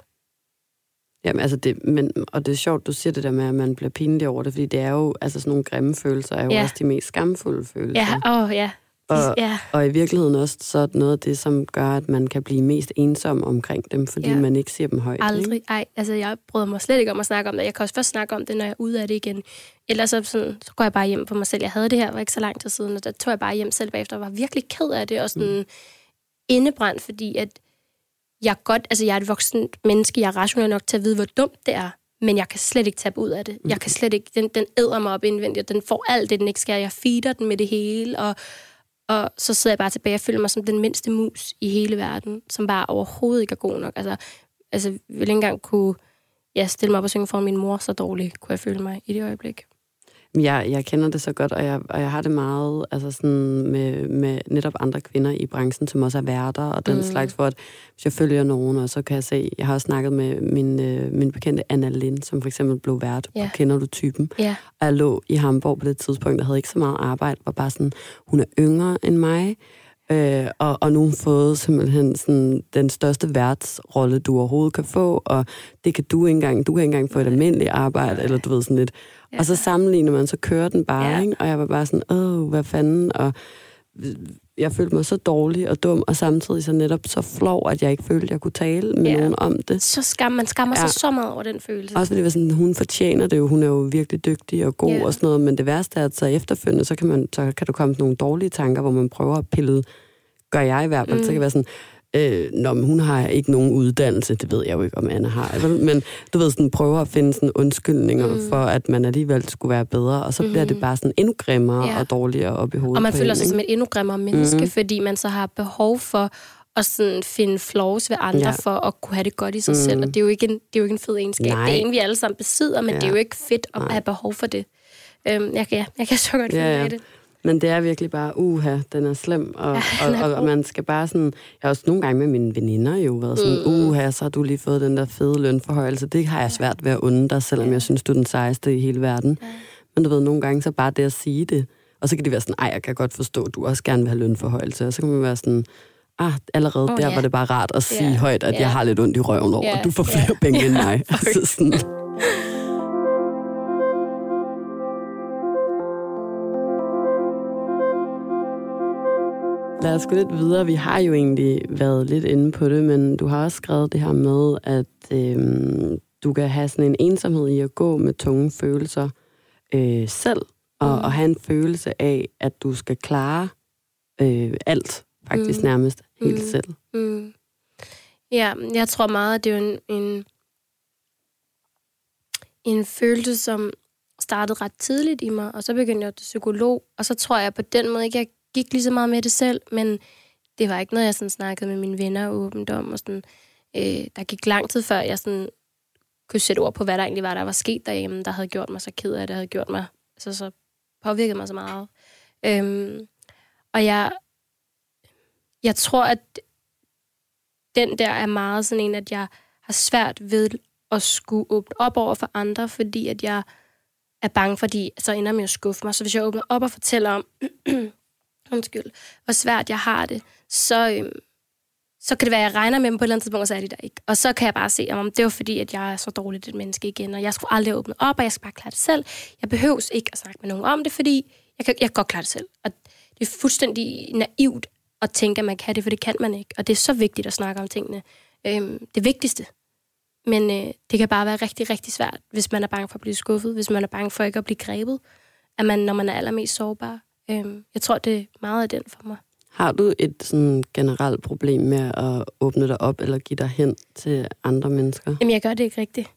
Jamen, altså og det er sjovt, du siger det der med, at man bliver pinlig over det, fordi det er jo, altså sådan nogle grimme følelser, er jo også de mest skamfulde følelser. Ja, Og i virkeligheden også så noget af det, som gør, at man kan blive mest ensom omkring dem, fordi man ikke siger dem højt. Aldrig. Ikke? Ej, altså jeg bryder mig slet ikke om at snakke om det. Jeg kan også først snakke om det, når jeg er ude af det igen. Ellers så går jeg bare hjem på mig selv. Jeg havde det her for ikke så lang tid siden, og der tog jeg bare hjem selv bagefter og var virkelig ked af det, og sådan indebrændt, fordi at jeg er et voksen menneske, jeg er rationel nok til at vide, hvor dumt det er, men jeg kan slet ikke tabe ud af det. Jeg kan slet ikke, den æder mig op indvendigt, og den får alt det, den ikke skal. Jeg feeder den med det hele, og så sidder jeg bare tilbage og føler mig som den mindste mus i hele verden, som bare overhovedet ikke er god nok. Altså jeg ville ikke engang kunne stille mig op og synge foran min mor, så dårligt kunne jeg føle mig i det øjeblik. Jeg kender det så godt, og jeg har det meget altså sådan med netop andre kvinder i branchen, som også er værter og den slags, for at hvis jeg følger nogen, og så kan jeg se, jeg har også snakket med min bekendte Anna Lind, som for eksempel blev vært på Kender du typen? Yeah. Og jeg lå i Hamburg på det tidspunkt, der havde ikke så meget arbejde, var bare sådan, hun er yngre end mig, og nu har hun fået simpelthen sådan den største værtsrolle, du overhovedet kan få, og det kan du ikke engang få et almindeligt arbejde, eller du ved sådan lidt. Ja. Og så sammenligner man, så kører den bare, ikke? Og jeg var bare sådan, hvad fanden, og jeg følte mig så dårlig og dum, og samtidig så netop så flov, at jeg ikke følte, at jeg kunne tale med nogen om det. Så man skammer sig så meget over den følelse. Også fordi det var sådan, hun fortjener det jo, hun er jo virkelig dygtig og god og sådan noget, men det værste er, at så efterfølgende, så kan du komme til nogle dårlige tanker, hvor man prøver at pille, gør jeg i hvert fald, så kan det være sådan, men hun har ikke nogen uddannelse, det ved jeg jo ikke, om Anna har, men du ved, sådan, prøver at finde sådan undskyldninger for, at man alligevel skulle være bedre, og så bliver det bare sådan endnu grimmere og dårligere op i hovedet. Og man føler sig som et endnu grimmere menneske, fordi man så har behov for at sådan finde flaws ved andre, for at kunne have det godt i sig selv, og det er jo ikke en fed egenskab. Nej. Det er en, vi alle sammen besidder, men det er jo ikke fedt at have behov for det. Jeg kan så godt finde det. Men det er virkelig bare, den er slem, og man skal bare sådan, jeg har også nogle gange med mine veninder jo været sådan, så har du lige fået den der fede lønforhøjelse, det har jeg svært ved at unde dig, selvom jeg synes, du er den sejeste i hele verden. Men du ved, nogle gange så bare det at sige det, og så kan det være sådan, jeg kan godt forstå, at du også gerne vil have lønforhøjelse, og så kan man være sådan, allerede der var det bare rart at sige højt, at jeg har lidt ondt i røven over, at du får flere penge end mig. Altså sådan. Lad os gå lidt videre. Vi har jo egentlig været lidt inde på det, men du har også skrevet det her med, at du kan have sådan en ensomhed i at gå med tunge følelser selv, og have en følelse af, at du skal klare alt, faktisk nærmest helt selv. Ja, jeg tror meget, at det er jo en følelse, som startede ret tidligt i mig, og så begyndte jeg til psykolog, og så tror jeg på den måde ikke, jeg gik lige så meget med det selv, men det var ikke noget, jeg sådan snakkede med mine venner åbent om, og sådan, der gik lang tid før, jeg sådan kunne sætte ord på, hvad der egentlig var, der var sket derhjemme, der havde gjort mig så ked af det, havde gjort mig, så påvirket mig så meget. Og jeg tror, at den der er meget sådan en, at jeg har svært ved at skulle åbne op over for andre, fordi at jeg er bange, fordi så ender med at skuffe mig. Så hvis jeg åbner op og fortæller om, hvor svært jeg har det, så kan det være, at jeg regner med dem på et eller andet tidspunkt, og så er de der ikke. Og så kan jeg bare se, om det var fordi, at jeg er så dårligt et menneske igen, og jeg skulle aldrig åbne op, og jeg skal bare klare det selv. Jeg behøves ikke at snakke med nogen om det, fordi jeg kan godt klare det selv. Og det er fuldstændig naivt at tænke, at man kan det, for det kan man ikke. Og det er så vigtigt at snakke om tingene. Det vigtigste. Men det kan bare være rigtig, rigtig svært, hvis man er bange for at blive skuffet, hvis man er bange for ikke at blive grebet, når man er allermest sårbar. Jeg tror, det er meget af den for mig. Har du et sådan generelt problem med at åbne dig op eller give dig hen til andre mennesker? Jamen, jeg gør det ikke rigtigt.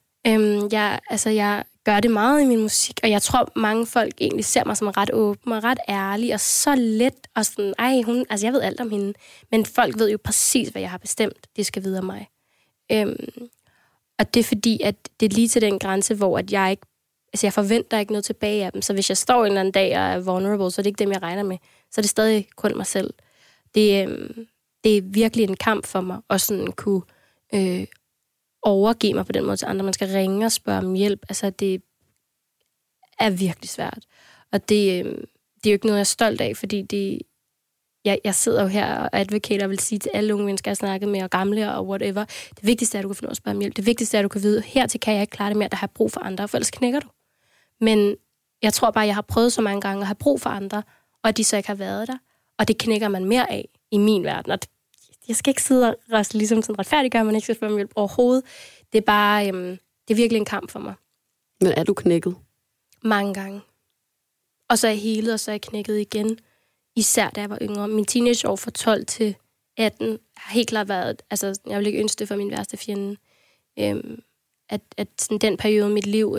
Jeg gør det meget i min musik, og jeg tror, mange folk egentlig ser mig som ret åben og ret ærlig, og så let, og sådan, jeg ved alt om hende, men folk ved jo præcis, hvad jeg har bestemt, det skal vide om mig. Og det er fordi, at det er lige til den grænse, hvor at jeg ikke, jeg forventer ikke noget tilbage af dem, så hvis jeg står en eller anden dag og er vulnerable, så er det ikke dem, jeg regner med, så er det stadig kun mig selv. Det er virkelig en kamp for mig, at sådan kunne overgive mig på den måde til andre. Man skal ringe og spørge om hjælp. Altså, det er virkelig svært. Og det er jo ikke noget, jeg er stolt af, fordi jeg sidder jo her og advocater og vil sige til alle unge mennesker, jeg har snakket med, og gamle og whatever. Det vigtigste er, at du kan finde ud af at spørge om hjælp. Det vigtigste er, at du kan vide, hertil kan jeg ikke klare det mere, at der har brug for andre, for ellers knækker du. Men jeg tror bare, jeg har prøvet så mange gange at have brug for andre, og at de så ikke har været der. Og det knækker man mere af i min verden. Og jeg skal ikke sidde og ligesom sådan retfærdiggøre, man ikke skal spørge om hjælp overhovedet. Det er bare, det er virkelig en kamp for mig. Men er du knækket? Mange gange. Og så er jeg helet, og så er jeg knækket igen. Især da jeg var yngre. Min teenageår fra 12 til 18 har helt klart været, altså jeg vil ikke ønske det for min værste fjende. At sådan, den periode i mit liv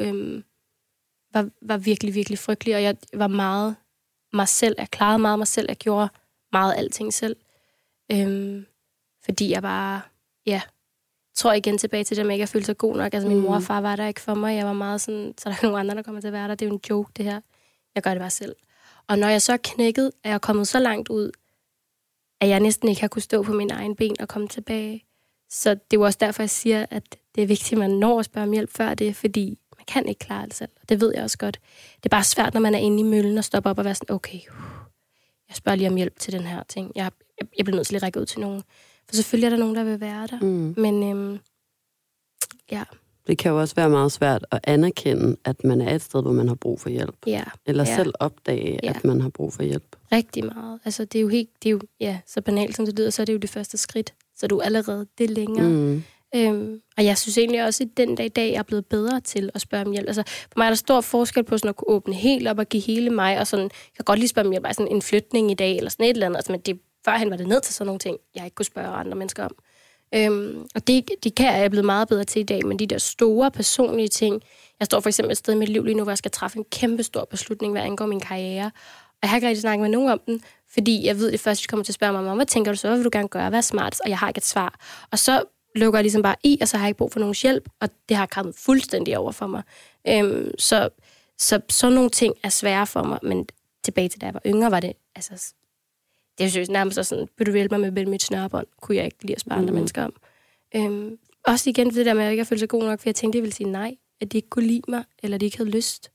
var virkelig, virkelig frygtelig, og jeg var meget mig selv. Jeg klarede meget mig selv. Jeg gjorde meget alting selv. Fordi jeg bare, tror igen tilbage til det, at jeg ikke følte sig god nok. Altså min mor og far var der ikke for mig. Jeg var meget sådan, så der er nogle andre, der kommer til at være der. Det er jo en joke, det her. Jeg gør det bare selv. Og når jeg så er knækket, er jeg kommet så langt ud, at jeg næsten ikke har kunnet stå på mine egne ben og komme tilbage. Så det er jo også derfor, jeg siger, at det er vigtigt, at man når at spørge om hjælp før det, fordi man kan ikke klare det selv. Det ved jeg også godt. Det er bare svært, når man er inde i møllen og stopper op og være sådan, okay, jeg spørger lige om hjælp til den her ting. Jeg bliver nødt til at række ud til nogen. For selvfølgelig er der nogen, der vil være der. Men ja. Det kan jo også være meget svært at anerkende, at man er et sted, hvor man har brug for hjælp. Ja. Eller selv opdage, at man har brug for hjælp. Rigtig meget. Altså, det er jo så banalt som det lyder, så er det jo det første skridt. Så du er allerede det længere. Og jeg synes egentlig også, at den dag i dag, jeg er blevet bedre til at spørge om hjælp. Altså, for mig er der stor forskel på sådan at kunne åbne helt op og give hele mig, og sådan, jeg kan godt lige spørge om hjælp, sådan en flytning i dag, eller sådan et eller andet. Altså, men førhen var det ned til sådan nogle ting, jeg ikke kunne spørge andre mennesker om. Og det kan jeg blevet meget bedre til i dag, men de der store personlige ting, jeg står for eksempel et sted i mit liv lige nu, hvor jeg skal træffe en kæmpe stor beslutning, hvad angår min karriere, og jeg har ikke rigtig snakket med nogen om den, fordi jeg ved det først, jeg kommer til at spørge mig om, hvad tænker du så, hvad vil du gerne gøre, hvad er smart, og jeg har ikke et svar. Og så lukker jeg ligesom bare i, og så har jeg ikke brug for nogens hjælp, og det har kommet fuldstændig over for mig. Så sådan nogle ting er svære for mig, men tilbage til da jeg var yngre, var det, altså, det er jo nærmest sådan, vil du hjælpe mig med at vælge mit snørebånd, kunne jeg ikke lige at spørge andre mennesker om. Også igen det der med, at jeg ikke har følt sig god nok, for jeg tænkte, jeg ville sige nej, at de ikke kunne lide mig, eller de ikke havde lyst.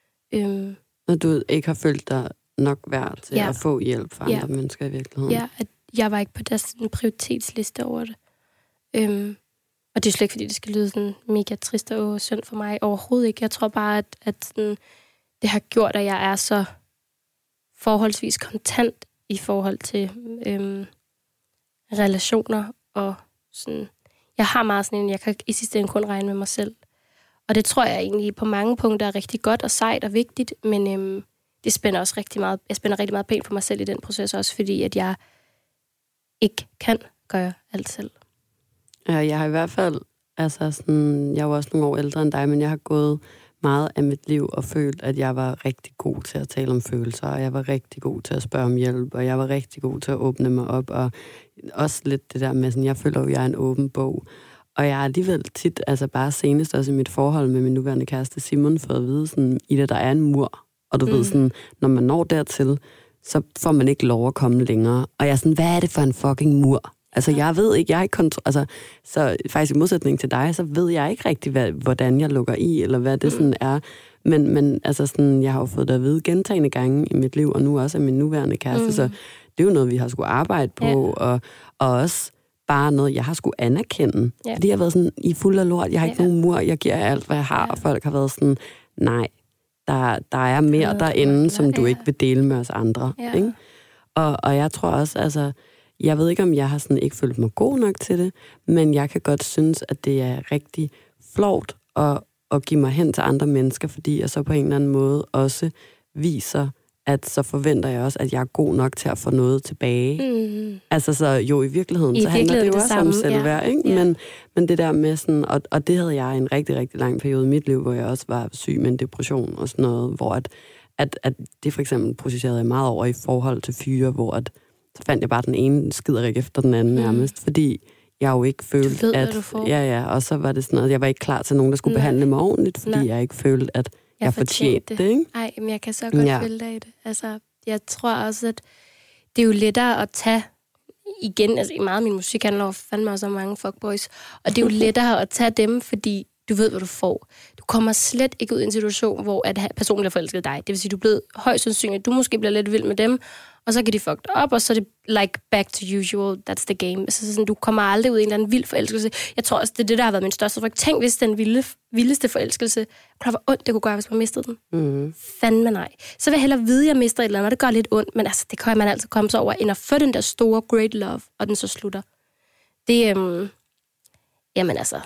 Når du ikke har følt dig nok værd til at få hjælp fra andre mennesker i virkeligheden. Ja, at jeg var ikke på deres prioritetsliste over det. Og det er slet ikke, fordi det skal lyde sådan mega trist og synd for mig. Overhovedet ikke. Jeg tror bare, at sådan, det har gjort, at jeg er så forholdsvis kontant i forhold til relationer. Og sådan, jeg har meget sådan en, jeg kan i sidste ende kun regne med mig selv. Og det tror jeg egentlig på mange punkter er rigtig godt og sejt og vigtigt, men det spænder også rigtig meget. Jeg spænder rigtig meget pænt for mig selv i den proces også, fordi at jeg ikke kan gøre alt selv. Ja, jeg har i hvert fald, altså sådan, jeg er jo også nogle år ældre end dig, men jeg har gået meget af mit liv og følt, at jeg var rigtig god til at tale om følelser, og jeg var rigtig god til at spørge om hjælp, og jeg var rigtig god til at åbne mig op, og også lidt det der med sådan, jeg føler jo, at jeg er en åben bog. Og jeg har alligevel tit, altså bare senest også i mit forhold med min nuværende kæreste Simon, fået at vide sådan, Ida, der er en mur, og du ved sådan, når man når dertil, så får man ikke lov at komme længere. Og jeg er sådan, hvad er det for en fucking mur? Altså, jeg ved ikke, jeg er ikke så faktisk i modsætning til dig, så ved jeg ikke rigtig, hvordan jeg lukker i, eller hvad det sådan er. Men altså sådan, jeg har jo fået det at vide gentagne gange i mit liv, og nu også af min nuværende kæreste, så det er jo noget, vi har skulle arbejde på, og også bare noget, jeg har skulle anerkende. Fordi jeg har været sådan, I fuld af lort, jeg har ikke nogen mur, jeg giver alt, hvad jeg har, og folk har været sådan, nej, der er mere derinde, som du ikke vil dele med os andre. Ikke? Og jeg tror også, altså, jeg ved ikke, om jeg har sådan ikke følt mig god nok til det, men jeg kan godt synes, at det er rigtig flovt at give mig hen til andre mennesker, fordi jeg så på en eller anden måde også viser, at så forventer jeg også, at jeg er god nok til at få noget tilbage. Altså så jo i virkeligheden, så handler det jo også om selvværd, ikke? Ja. Men det der med sådan, og det havde jeg en rigtig, rigtig lang periode i mit liv, hvor jeg også var syg med en depression og sådan noget, hvor at det for eksempel processerede jeg meget over i forhold til fyre, hvor så fandt jeg bare den ene skiderik efter den anden nærmest, fordi jeg jo ikke følte, ved, at og så var det sådan noget, jeg var ikke klar til nogen, der skulle behandle mig ordentligt, fordi jeg ikke følte, at jeg fortjente det, ikke? Ej, men jeg kan så godt følge dig i det. Altså, jeg tror også, at det er jo lettere at tage igen, altså i meget af min musik handler jo fandme også om mange fuckboys, og det er jo lettere at tage dem, fordi du ved, hvad du får. Du kommer slet ikke ud i en situation, hvor at personen bliver forelsket dig. Det vil sige, du er blevet højst sandsynligt, du måske bliver lidt vild med dem, og så kan de fuck dig op, og så er det like back to usual, that's the game. Altså sådan, du kommer aldrig ud i en eller anden vild forelskelse. Jeg tror også, det er det, der har været min største frygt. Tænk, hvis den vildeste forelskelse, hvor ondt det kunne gøre, hvis man mistede den. Fandme nej. Så vil jeg hellere vide, at jeg mister et eller andet, og det gør lidt ondt, men altså, det kan man altid komme sig over, end at få den der store great love, og den så slutter. Det jamen altså,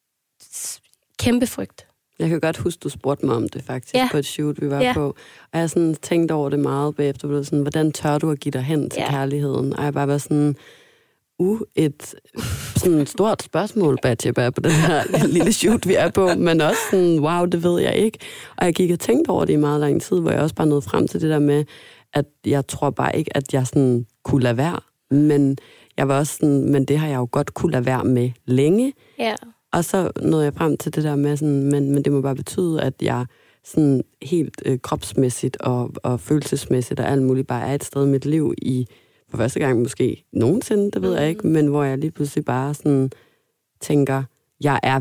kæmpe frygt. Jeg kan godt huske, du spurgte mig om det faktisk på et shoot, vi var på. Og jeg sådan tænkte over det meget bagefter. Sådan, hvordan tør du at give dig hen til kærligheden? Og jeg bare var sådan, et sådan stort spørgsmål, Batsheba, på den her lille shoot, vi er på. Men også sådan, wow, det ved jeg ikke. Og jeg gik og tænkte over det i meget lang tid, hvor jeg også bare nåede frem til det der med, at jeg tror bare ikke, at jeg sådan kunne lade være. Men jeg var også sådan, men det har jeg jo godt kunne lade være med længe. Ja. Og så nåede jeg frem til det der med sådan, men det må bare betyde, at jeg sådan helt kropsmæssigt og følelsesmæssigt og alt muligt bare er et sted i mit liv for første gang måske nogensinde, det ved jeg ikke, men hvor jeg lige pludselig bare sådan tænker, jeg er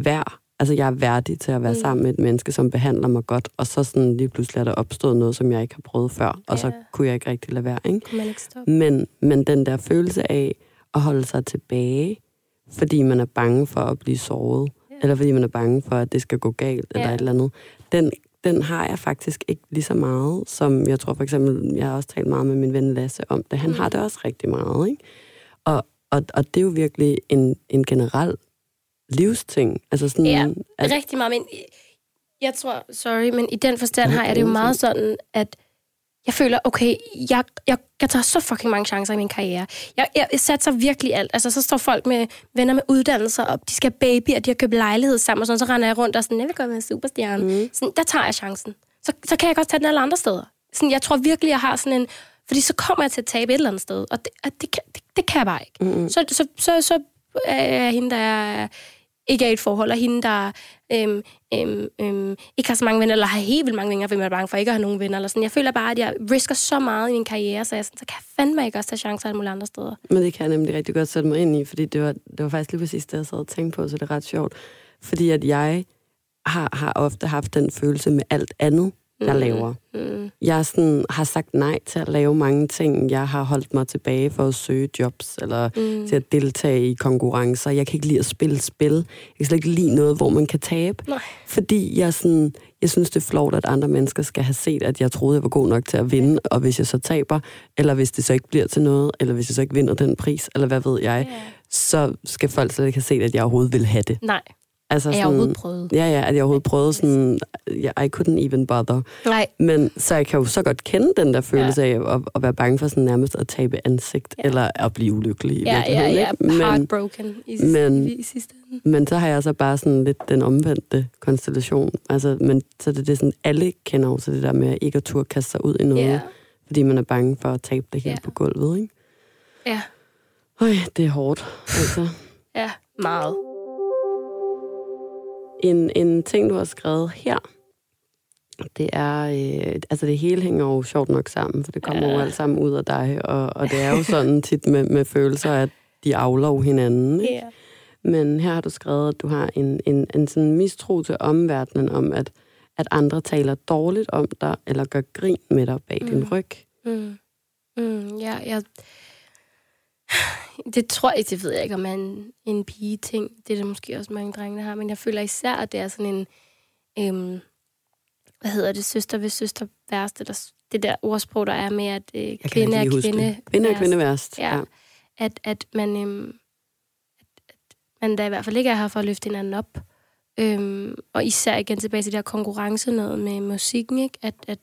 værdig til at være sammen med et menneske, som behandler mig godt, og så sådan lige pludselig er der opstået noget, som jeg ikke har prøvet før, og så kunne jeg ikke rigtig lade være, ikke? Men den der følelse af at holde sig tilbage, fordi man er bange for at blive såret, eller fordi man er bange for, at det skal gå galt, eller et eller andet, den har jeg faktisk ikke lige så meget, som jeg tror for eksempel, jeg har også talt meget med min ven Lasse om det. Han har det også rigtig meget, ikke? Og det er jo virkelig en generel livsting. Altså sådan, rigtig meget, men jeg tror, men i den forstand har jeg det jo meget sådan, at jeg føler, okay, jeg tager så fucking mange chancer i min karriere. Jeg satser virkelig alt. Altså, så står folk med venner med uddannelser, og de skal baby, og de har købt lejlighed sammen, og sådan, så render jeg rundt og sådan, jeg vil godt være superstjerne. Sådan, der tager jeg chancen. Så kan jeg godt tage den alle andre steder. Sådan, jeg tror virkelig, jeg har sådan en... Fordi så kommer jeg til at tabe et eller andet sted, og det kan jeg bare ikke. Så er hende, der ikke er i et forhold, og hende, der ikke har så mange venner, eller har helt vildt mange venner, fordi man er bange for ikke at have nogen venner. Eller sådan. Jeg føler bare, at jeg risker så meget i min karriere, så så kan jeg fandme ikke også tage chancer alle mulige andre steder. Men det kan jeg nemlig rigtig godt sætte mig ind i, fordi det var faktisk lige præcis det, jeg sad og tænkte på, så det er ret sjovt. Fordi at jeg har ofte haft den følelse med alt andet, jeg laver. Jeg sådan, har sagt nej til at lave mange ting. Jeg har holdt mig tilbage for at søge jobs, eller til at deltage i konkurrencer. Jeg kan ikke lide at spille spil. Jeg kan slet ikke lide noget, hvor man kan tabe. Nej. Fordi jeg synes, det er flovt, at andre mennesker skal have set, at jeg troede, jeg var god nok til at vinde, og hvis jeg så taber, eller hvis det så ikke bliver til noget, eller hvis jeg så ikke vinder den pris, eller hvad ved jeg, så skal folk slet ikke have set, at jeg overhovedet vil have det. Nej. Altså at jeg overhovedet prøvede. Ja, at jeg overhovedet prøvede sådan... I couldn't even bother. Nej. Men så jeg kan jo så godt kende den der følelse af at være bange for sådan nærmest at tabe ansigt, eller at blive ulykkelig i virkeligheden. Ja. Heartbroken i sidste ende. Men så har jeg så bare sådan lidt den omvendte konstellation. Altså, men så det er sådan, alle kender også det der med ikke at turde kaste sig ud i noget, fordi man er bange for at tabe det hele på gulvet, ikke? Ja. Øj, det er hårdt, altså. Ja, meget. En ting, du har skrevet her, det er, altså det hele hænger jo sjovt nok sammen, for det kommer jo alt sammen ud af dig, og det er jo sådan tit med følelser, at de afler jo hinanden, ikke? Yeah. Men her har du skrevet, at du har en sådan mistro til omverdenen om, at andre taler dårligt om dig, eller gør grin med dig bag din ryg. Det tror jeg, det ved jeg ikke, om man en pige-ting. Det er der måske også mange drenge, der har. Men jeg føler især, at det er sådan en... søster ved søster værst. Eller det der ordsprog, der er med, at kvinde er kvinde. Kvinde er kvinde værst. Ja. At man da i hvert fald ikke er her for at løfte hinanden op. Og især igen tilbage til det her konkurrence noget med musikken, ikke? At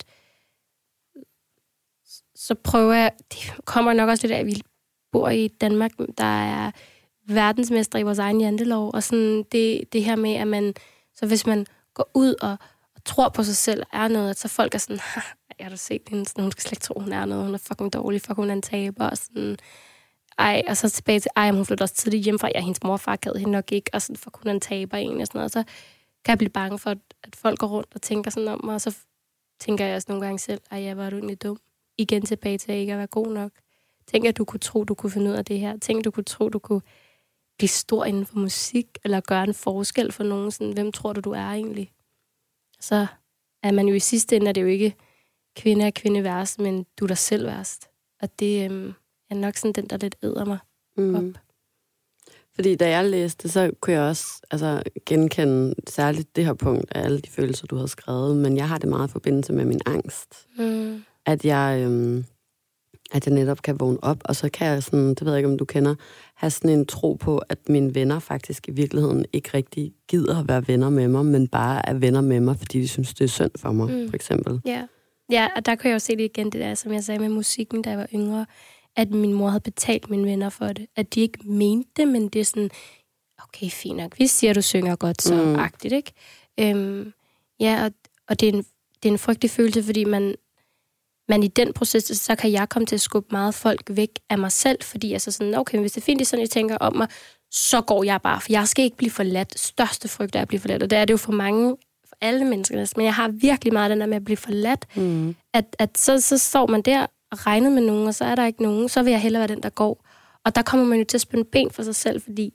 så prøver jeg... Det kommer nok også lidt af, at vi bor i Danmark, der er verdensmester i vores egen jantelov, og sådan det her med, at man, så hvis man går ud og tror på sig selv, er noget, at så folk er sådan, jeg har du set hende, hun skal slet ikke tro, hun er noget, hun er fucking dårlig, hun er en taber, og sådan, og så tilbage til, hun flytter også tidligt hjemmefra, hendes mor og far gad hende nok ikke, og sådan, hun er en taber egentlig, og sådan noget, og så kan jeg blive bange for, at folk går rundt og tænker sådan om mig, og så tænker jeg også nogle gange selv, var du egentlig dum, igen tilbage til ikke at være god nok. Tænk, at du kunne tro, du kunne finde ud af det her. Tænk, at du kunne tro, du kunne blive stor inden for musik, eller gøre en forskel for nogen. Sådan, hvem tror du er egentlig? Så er man jo i sidste ende, er det jo ikke kvinde er kvinde værst, men du er dig selv værst. Og det er nok sådan den, der lidt æder mig op. Fordi da jeg læste, så kunne jeg også genkende særligt det her punkt af alle de følelser, du har skrevet. Men jeg har det meget i forbindelse med min angst. At jeg netop kan vågne op, og så kan jeg sådan, det ved jeg ikke, om du kender, have sådan en tro på, at mine venner faktisk i virkeligheden ikke rigtig gider at være venner med mig, men bare er venner med mig, fordi de synes, det er synd for mig, for eksempel. Ja, og der kunne jeg jo se det igen, det der, som jeg sagde med musikken, da jeg var yngre, at min mor havde betalt mine venner for det. At de ikke mente det, men det er sådan, okay, fint nok, vi siger, du synger godt, så agtigt, ikke? Og det er en frygtelig følelse, fordi men i den proces, så kan jeg komme til at skubbe meget folk væk af mig selv, fordi jeg så sådan, okay, hvis det er fint, det er sådan, jeg tænker om mig, så går jeg bare, for jeg skal ikke blive forladt. Største frygt er at blive forladt, og det er det jo for mange for alle mennesker, men jeg har virkelig meget den der med at blive forladt. At så står man der og regner med nogen, og så er der ikke nogen, så vil jeg hellere være den, der går. Og der kommer man jo til at spænde ben for sig selv, fordi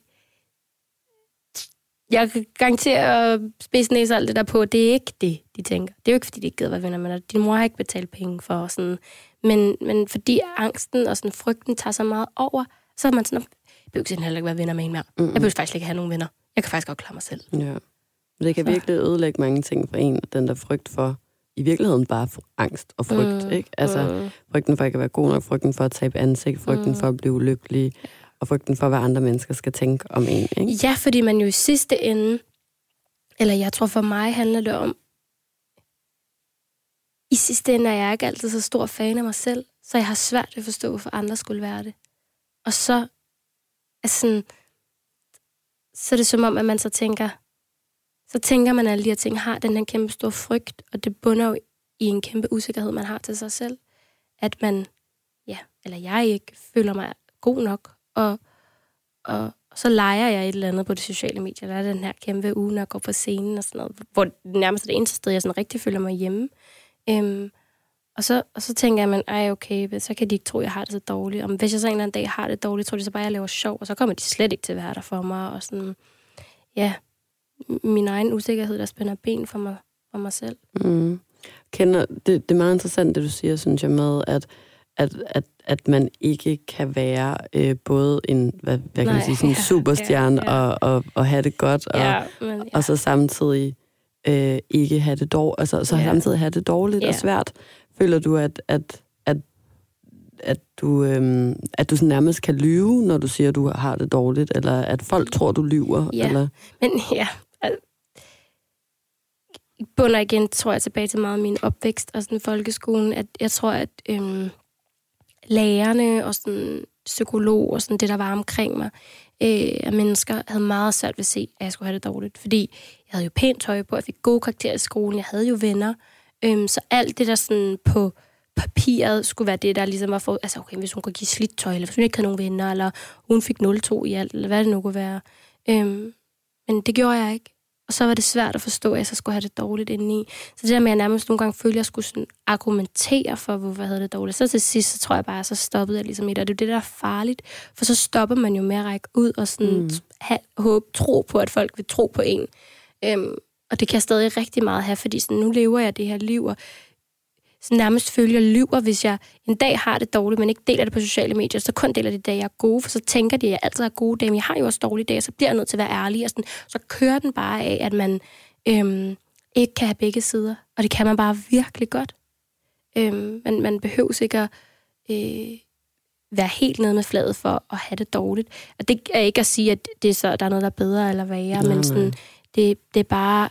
jeg kan garantere at spidse næse alt det der på. Det er ikke det, de tænker. Det er jo ikke, fordi de ikke gider være venner med dig. Din mor har ikke betalt penge for sådan. Men fordi angsten og sådan frygten tager så meget over, så er man sådan, jeg behøver heller ikke være venner med en mere. Jeg behøver faktisk ikke have nogen venner. Jeg kan faktisk godt klare mig selv. Ja. Det kan virkelig ødelægge mange ting for en, den der frygt for, i virkeligheden bare for angst og frygt, ikke? Altså, frygten for ikke at være god nok, frygten for at tabe ansigt, frygten for at blive ulykkelig, og frygten for, hvad andre mennesker skal tænke om en, ikke? Ja, fordi man jo i sidste ende, eller jeg tror for mig handler det om, i sidste ende er jeg ikke altid så stor fan af mig selv, så jeg har svært ved at forstå, hvorfor andre skulle være det. Og så er det som om, at man så tænker man alle de her ting, har den her kæmpe store frygt, og det bunder jo i en kæmpe usikkerhed, man har til sig selv. At man, eller jeg ikke føler mig god nok, og så leger jeg et eller andet på de sociale medier. Der er den her kæmpe uge, når jeg går på scenen og sådan noget, hvor det nærmest er det eneste sted, jeg sådan rigtig føler mig hjemme. Og så tænker jeg, man, okay, så kan de ikke tro, at jeg har det så dårligt. Og hvis jeg så en eller anden dag har det dårligt, tror de så bare, at jeg laver sjov, og så kommer de slet ikke til at være der for mig. Og sådan, min egen usikkerhed, der spænder ben for mig selv. Kender, det er meget interessant, det du siger, synes jeg, med, at man ikke kan være både en, hvad kan man sige, sådan en superstjerne og have det godt, og så samtidig ikke have det dårligt, altså så samtidig have det dårligt og svært. Føler du, at du sådan nærmest kan lyve, når du siger, at du har det dårligt, eller at folk tror, du lyver? Ja, eller? Men bunder igen, tror jeg, tilbage til meget min opvækst og sådan folkeskolen, at jeg tror, at lærerne og sådan psykolog og sådan det, der var omkring mig, af mennesker, havde meget svært ved at se, at jeg skulle have det dårligt. Fordi jeg havde jo pænt tøj på, jeg fik gode karakterer i skolen, jeg havde jo venner. Så alt det, der sådan på papiret skulle være det, der ligesom var for... Altså okay, hvis hun kunne give slidt tøj, eller hvis hun ikke havde nogen venner, eller hun fik 0,2 i alt, eller hvad det nu kunne være. Men det gjorde jeg ikke. Og så var det svært at forstå, at jeg så skulle have det dårligt indeni. Så det der med, at jeg nærmest nogle gange følte, at jeg skulle sådan argumentere for, hvorfor jeg havde det dårligt. Så til sidst, så tror jeg bare, så stoppede jeg ligesom i det. Og det er det, der er farligt. For så stopper man jo med at række ud og sådan tro på, at folk vil tro på en. Og det kan jeg stadig rigtig meget have, fordi sådan, nu lever jeg det her liv, og så nærmest følger lyver, hvis jeg en dag har det dårligt, men ikke deler det på sociale medier, så kun deler det dage, jeg er gode, for så tænker de, at jeg altid har gode dage, men jeg har jo også dårlige dage, så bliver jeg nødt til at være ærlig, og sådan, så kører den bare af, at man ikke kan have begge sider, og det kan man bare virkelig godt. Man behøver ikke at være helt nede med fladet for at have det dårligt. Og det er ikke at sige, at det er så, der er noget, der er bedre eller værre, men sådan, det er bare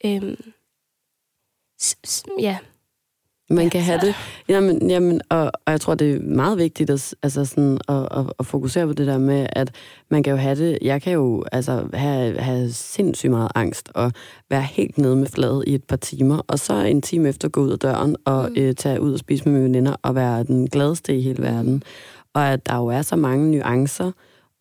Man kan have det. Jamen, og jeg tror, det er meget vigtigt at fokusere på det der med, at man kan jo have det. Jeg kan jo have sindssygt meget angst og være helt nede med fladet i et par timer, og så en time efter gå ud af døren og tage ud og spise med mine veninder og være den gladeste i hele verden. Og at der jo er så mange nuancer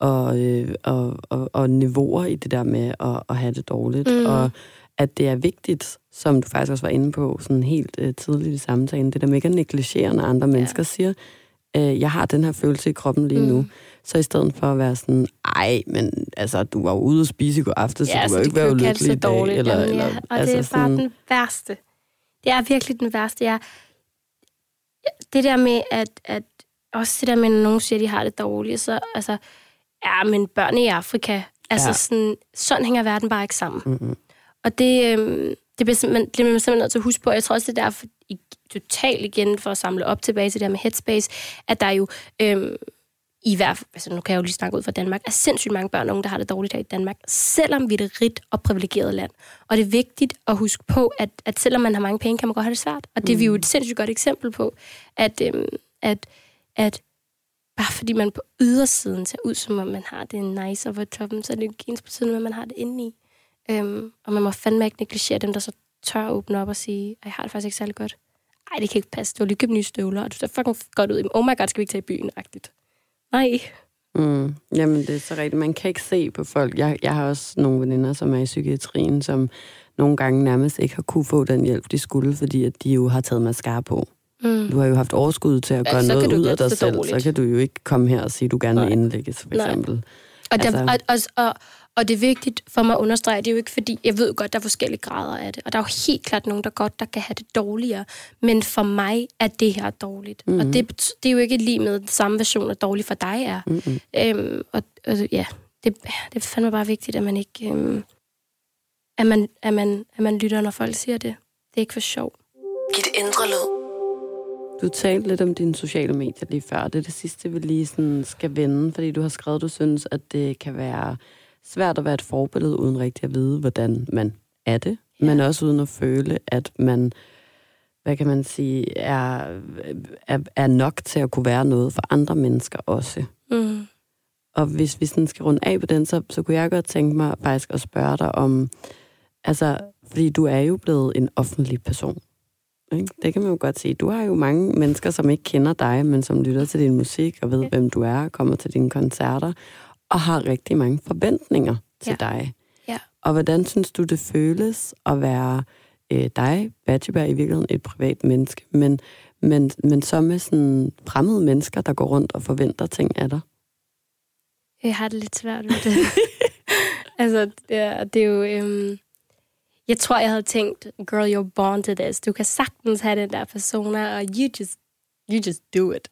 og niveauer i det der med at have det dårligt. Og at det er vigtigt, som du faktisk også var inde på, sådan helt tidligt i samtalen, det der med ikke at negligere, når andre mennesker siger, jeg har den her følelse i kroppen lige nu. Så i stedet for at være sådan, men altså, du var ude at spise i går aften, så du var jo ikke være ulykkelig i dag. Og det er bare den værste. Det er virkelig den værste. Det der med, at også det der med, når nogen siger, at de har det dårligt, så altså, men børn i Afrika, sådan hænger verden bare ikke sammen. Og det bliver man simpelthen nødt til at huske på. Jeg tror også, det er derfor, totalt igen for at samle op tilbage til det der med Headspace, at der jo i hvert fald, altså nu kan jeg jo lige snakke ud fra Danmark, er sindssygt mange børn og unge, der har det dårligt her i Danmark, selvom vi er et rigt og privilegeret land. Og det er vigtigt at huske på, at selvom man har mange penge, kan man godt have det svært. Og det er vi jo et sindssygt godt eksempel på, at bare fordi man på ydersiden ser ud, som om man har det nice over toppen, så er det ikke ens på siden, men man har det indeni. Og man må fandme ikke negligere dem, der så tør at åbne op og sige, jeg har det faktisk ikke særlig godt. Ej, det kan ikke passe. Du har lige købt nye støvler, og du ser fucking godt ud. Oh my god, skal vi ikke tage i byen? -agtigt. Nej, Jamen, det er så rigtigt. Man kan ikke se på folk. Jeg har også nogle veninder, som er i psykiatrien, som nogle gange nærmest ikke har kunne få den hjælp, de skulle, fordi at de jo har taget mascara på. Du har jo haft overskud til at gøre noget ud af dig selv, så kan du jo ikke komme her og sige, at du gerne vil indlægges, for eksempel. Og det er vigtigt for mig at understrege, det er jo ikke fordi, jeg ved godt, der er forskellige grader af det, og der er jo helt klart nogen, der kan have det dårligere, men for mig er det her dårligt. Og det er jo ikke lige med den samme version af dårligt for dig er. Det er fandme bare vigtigt, at man ikke... at man lytter, når folk siger det. Det er ikke for sjov. Giv det indre lyd. Du talte lidt om dine sociale medier lige før. Det er det sidste, vi lige sådan skal vende, fordi du har skrevet, du synes, at det kan være svært at være et forbillede, uden rigtig at vide, hvordan man er det, men også uden at føle, at man, hvad kan man sige, er nok til at kunne være noget for andre mennesker også. Og hvis vi sådan skal runde af på den, så kunne jeg godt tænke mig faktisk at spørge dig om, altså, fordi du er jo blevet en offentlig person. Ikke? Det kan man jo godt sige. Du har jo mange mennesker, som ikke kender dig, men som lytter til din musik og ved, hvem du er, kommer til dine koncerter, og har rigtig mange forventninger til dig. Ja. Og hvordan synes du, det føles at være dig, Batsheba, i virkeligheden et privat menneske, men så med sådan fremmede mennesker, der går rundt og forventer ting af dig? Jeg har det lidt svært med det. Altså, det er jo... Jeg tror, jeg havde tænkt, girl, you're born to this. Du kan sagtens have den der persona, og you just do it.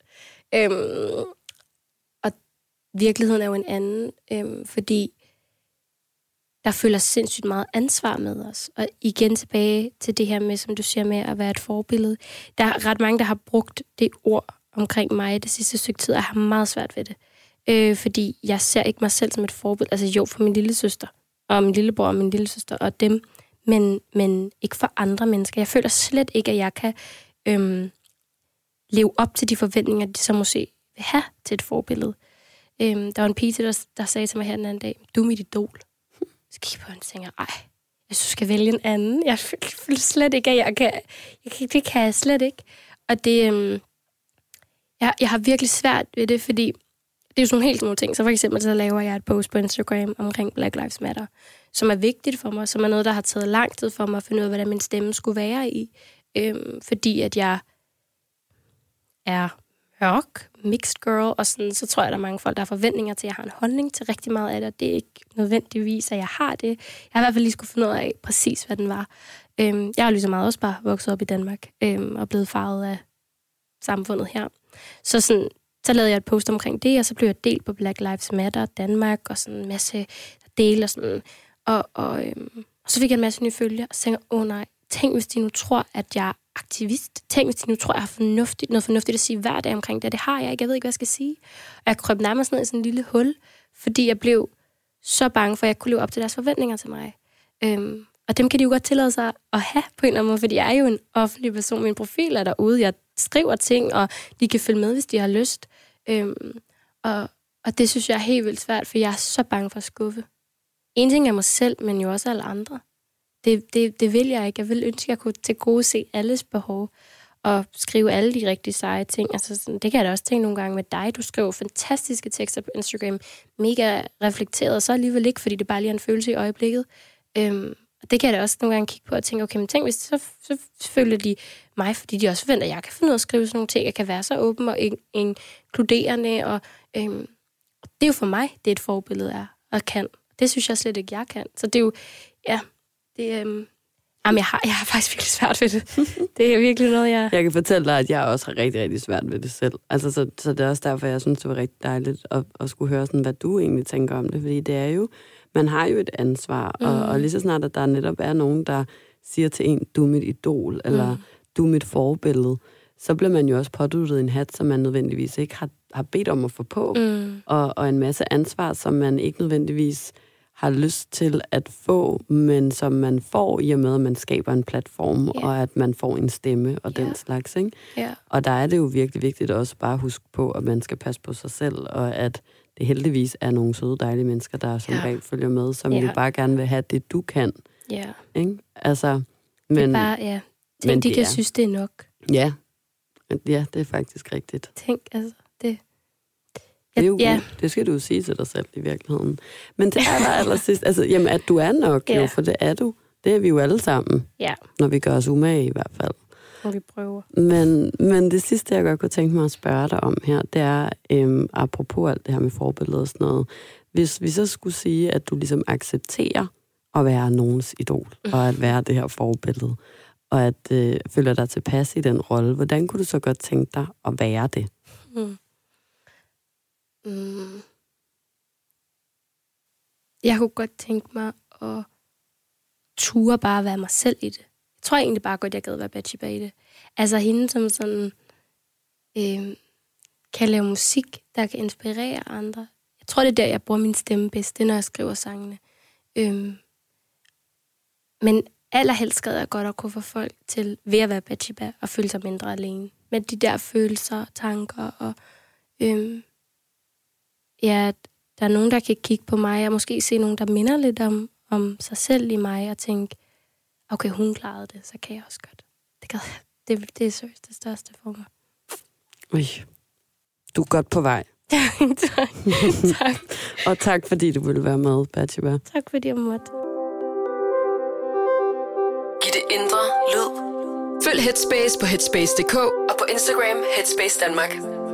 Og virkeligheden er jo en anden, fordi der føler sindssygt meget ansvar med os. Og igen tilbage til det her med, som du siger, med at være et forbillede. Der er ret mange, der har brugt det ord omkring mig det sidste stykke tid, og jeg har meget svært ved det. Fordi jeg ser ikke mig selv som et forbillede. Altså jo, for min lille søster, og min lillebror og min lille søster, og dem, men ikke for andre mennesker. Jeg føler slet ikke, at jeg kan leve op til de forventninger, de så måske vil have til et forbillede. Der var en pige, der sagde til mig her den anden dag, du er mit idol. Så kiggede på hende og tænker, jeg synes, du skal vælge en anden. Jeg føler slet ikke, at jeg kan. Det kan jeg slet ikke. Og det, jeg har virkelig svært ved det, fordi det er jo sådan nogle helt små ting. Så for eksempel så laver jeg et post på Instagram omkring Black Lives Matter, som er vigtigt for mig, som er noget, der har taget lang tid for mig at finde ud af, hvordan min stemme skulle være i. Fordi at jeg er mørk, mixed girl, og sådan, så tror jeg, at der er mange folk, der har forventninger til, at jeg har en holdning til rigtig meget af det, og det er ikke nødvendigvis, at jeg har det. Jeg har i hvert fald lige skulle finde ud af præcis, hvad den var. Jeg har lige så meget også bare vokset op i Danmark, og blevet farvet af samfundet her. Så lavede jeg et post omkring det, og så blev jeg delt på Black Lives Matter Danmark, og sådan en masse dele og sådan. Og så fik jeg en masse nye følgere, og så tænkte nej, tænk hvis de nu tror, at jeg er aktivist. Tænk hvis de nu tror, at jeg har noget fornuftigt at sige hver dag omkring det. Det har jeg ikke, jeg ved ikke, hvad jeg skal sige. Og jeg krøb nærmest ned i sådan en lille hul, fordi jeg blev så bange for, at jeg kunne leve op til deres forventninger til mig. Og dem kan de jo godt tillade sig at have på en eller anden måde, fordi jeg er jo en offentlig person. Min profil er derude, jeg skriver ting, og de kan følge med, hvis de har lyst. Og det synes jeg er helt vildt svært, for jeg er så bange for at skuffe. En ting er mig selv, men jo også alle andre. Det vil jeg ikke. Jeg vil ønske, at jeg kunne til gode se alles behov og skrive alle de rigtige seje ting. Altså sådan, det kan jeg da også tænke nogle gange med dig. Du skriver fantastiske tekster på Instagram, mega reflekteret, og så alligevel ikke, fordi det bare lige er en følelse i øjeblikket. Og det kan jeg da også nogle gange kigge på og tænke, okay, men tænk, hvis så følger de mig, fordi de også forventer, at jeg kan finde ud af at skrive sådan nogle ting, jeg kan være så åben og inkluderende, og det er jo for mig, det er et forbillede er, og kan. Det synes jeg slet ikke, jeg kan. Så det er jo, ja, jeg har faktisk virkelig svært ved det. Det er virkelig noget, jeg kan fortælle dig, at jeg også har rigtig, rigtig svært ved det selv. Altså, så det er også derfor, jeg synes, det var rigtig dejligt at skulle høre sådan, hvad du egentlig tænker om det. Fordi det er jo, man har jo et ansvar, og lige så snart, at der netop er nogen, der siger til en, du er mit idol, eller du er mit forbillede, så bliver man jo også påduttet en hat, som man nødvendigvis ikke har bedt om at få på, og en masse ansvar, som man ikke nødvendigvis har lyst til at få, men som man får i og med, at man skaber en platform, og at man får en stemme og den slags, ikke? Yeah. Og der er det jo virkelig vigtigt også bare at huske på, at man skal passe på sig selv, og at det heldigvis er nogle søde, dejlige mennesker, der som regel følger med, som jo bare gerne vil have det, du kan. Ja. Ikke? Altså, men, det er bare, tænk, de kan synes, det er nok. Ja, det er faktisk rigtigt. Tænk, altså, det... Det er jo det skal du jo sige til dig selv i virkeligheden. Men det er der allersidst, altså, jamen, at du er nok jo, for det er du. Det er vi jo alle sammen, når vi gør os umage i hvert fald. Og vi prøver. Men det sidste, jeg godt kunne tænke mig at spørge dig om her, det er, apropos alt det her med forbilleder og sådan noget, hvis vi så skulle sige, at du ligesom accepterer at være nogens idol, og at være det her forbillede, og at føler dig tilpas i den rolle, hvordan kunne du så godt tænke dig at være det? Jeg kunne godt tænke mig at ture bare være mig selv i det. Jeg tror egentlig bare godt, jeg gad være Bathsheba i det. Altså hende, som sådan kan lave musik, der kan inspirere andre. Jeg tror, det er der, jeg bruger min stemme bedst, det er, når jeg skriver sangene. Men allerhelst gad jeg godt at kunne få folk til ved at være Bathsheba og føle sig mindre alene. Med de der følelser, tanker og der er nogen, der kan kigge på mig og måske se nogen, der minder lidt om sig selv i mig og tænke, okay, hun klarede det, så kan jeg også godt. Det er seriøst det største for mig. Du er godt på vej. Tak. Og tak, fordi du ville være med, Bathsheba. Tak, fordi jeg måtte. Giv det indre lyd. Følg Headspace på headspace.dk og på Instagram Headspace Danmark.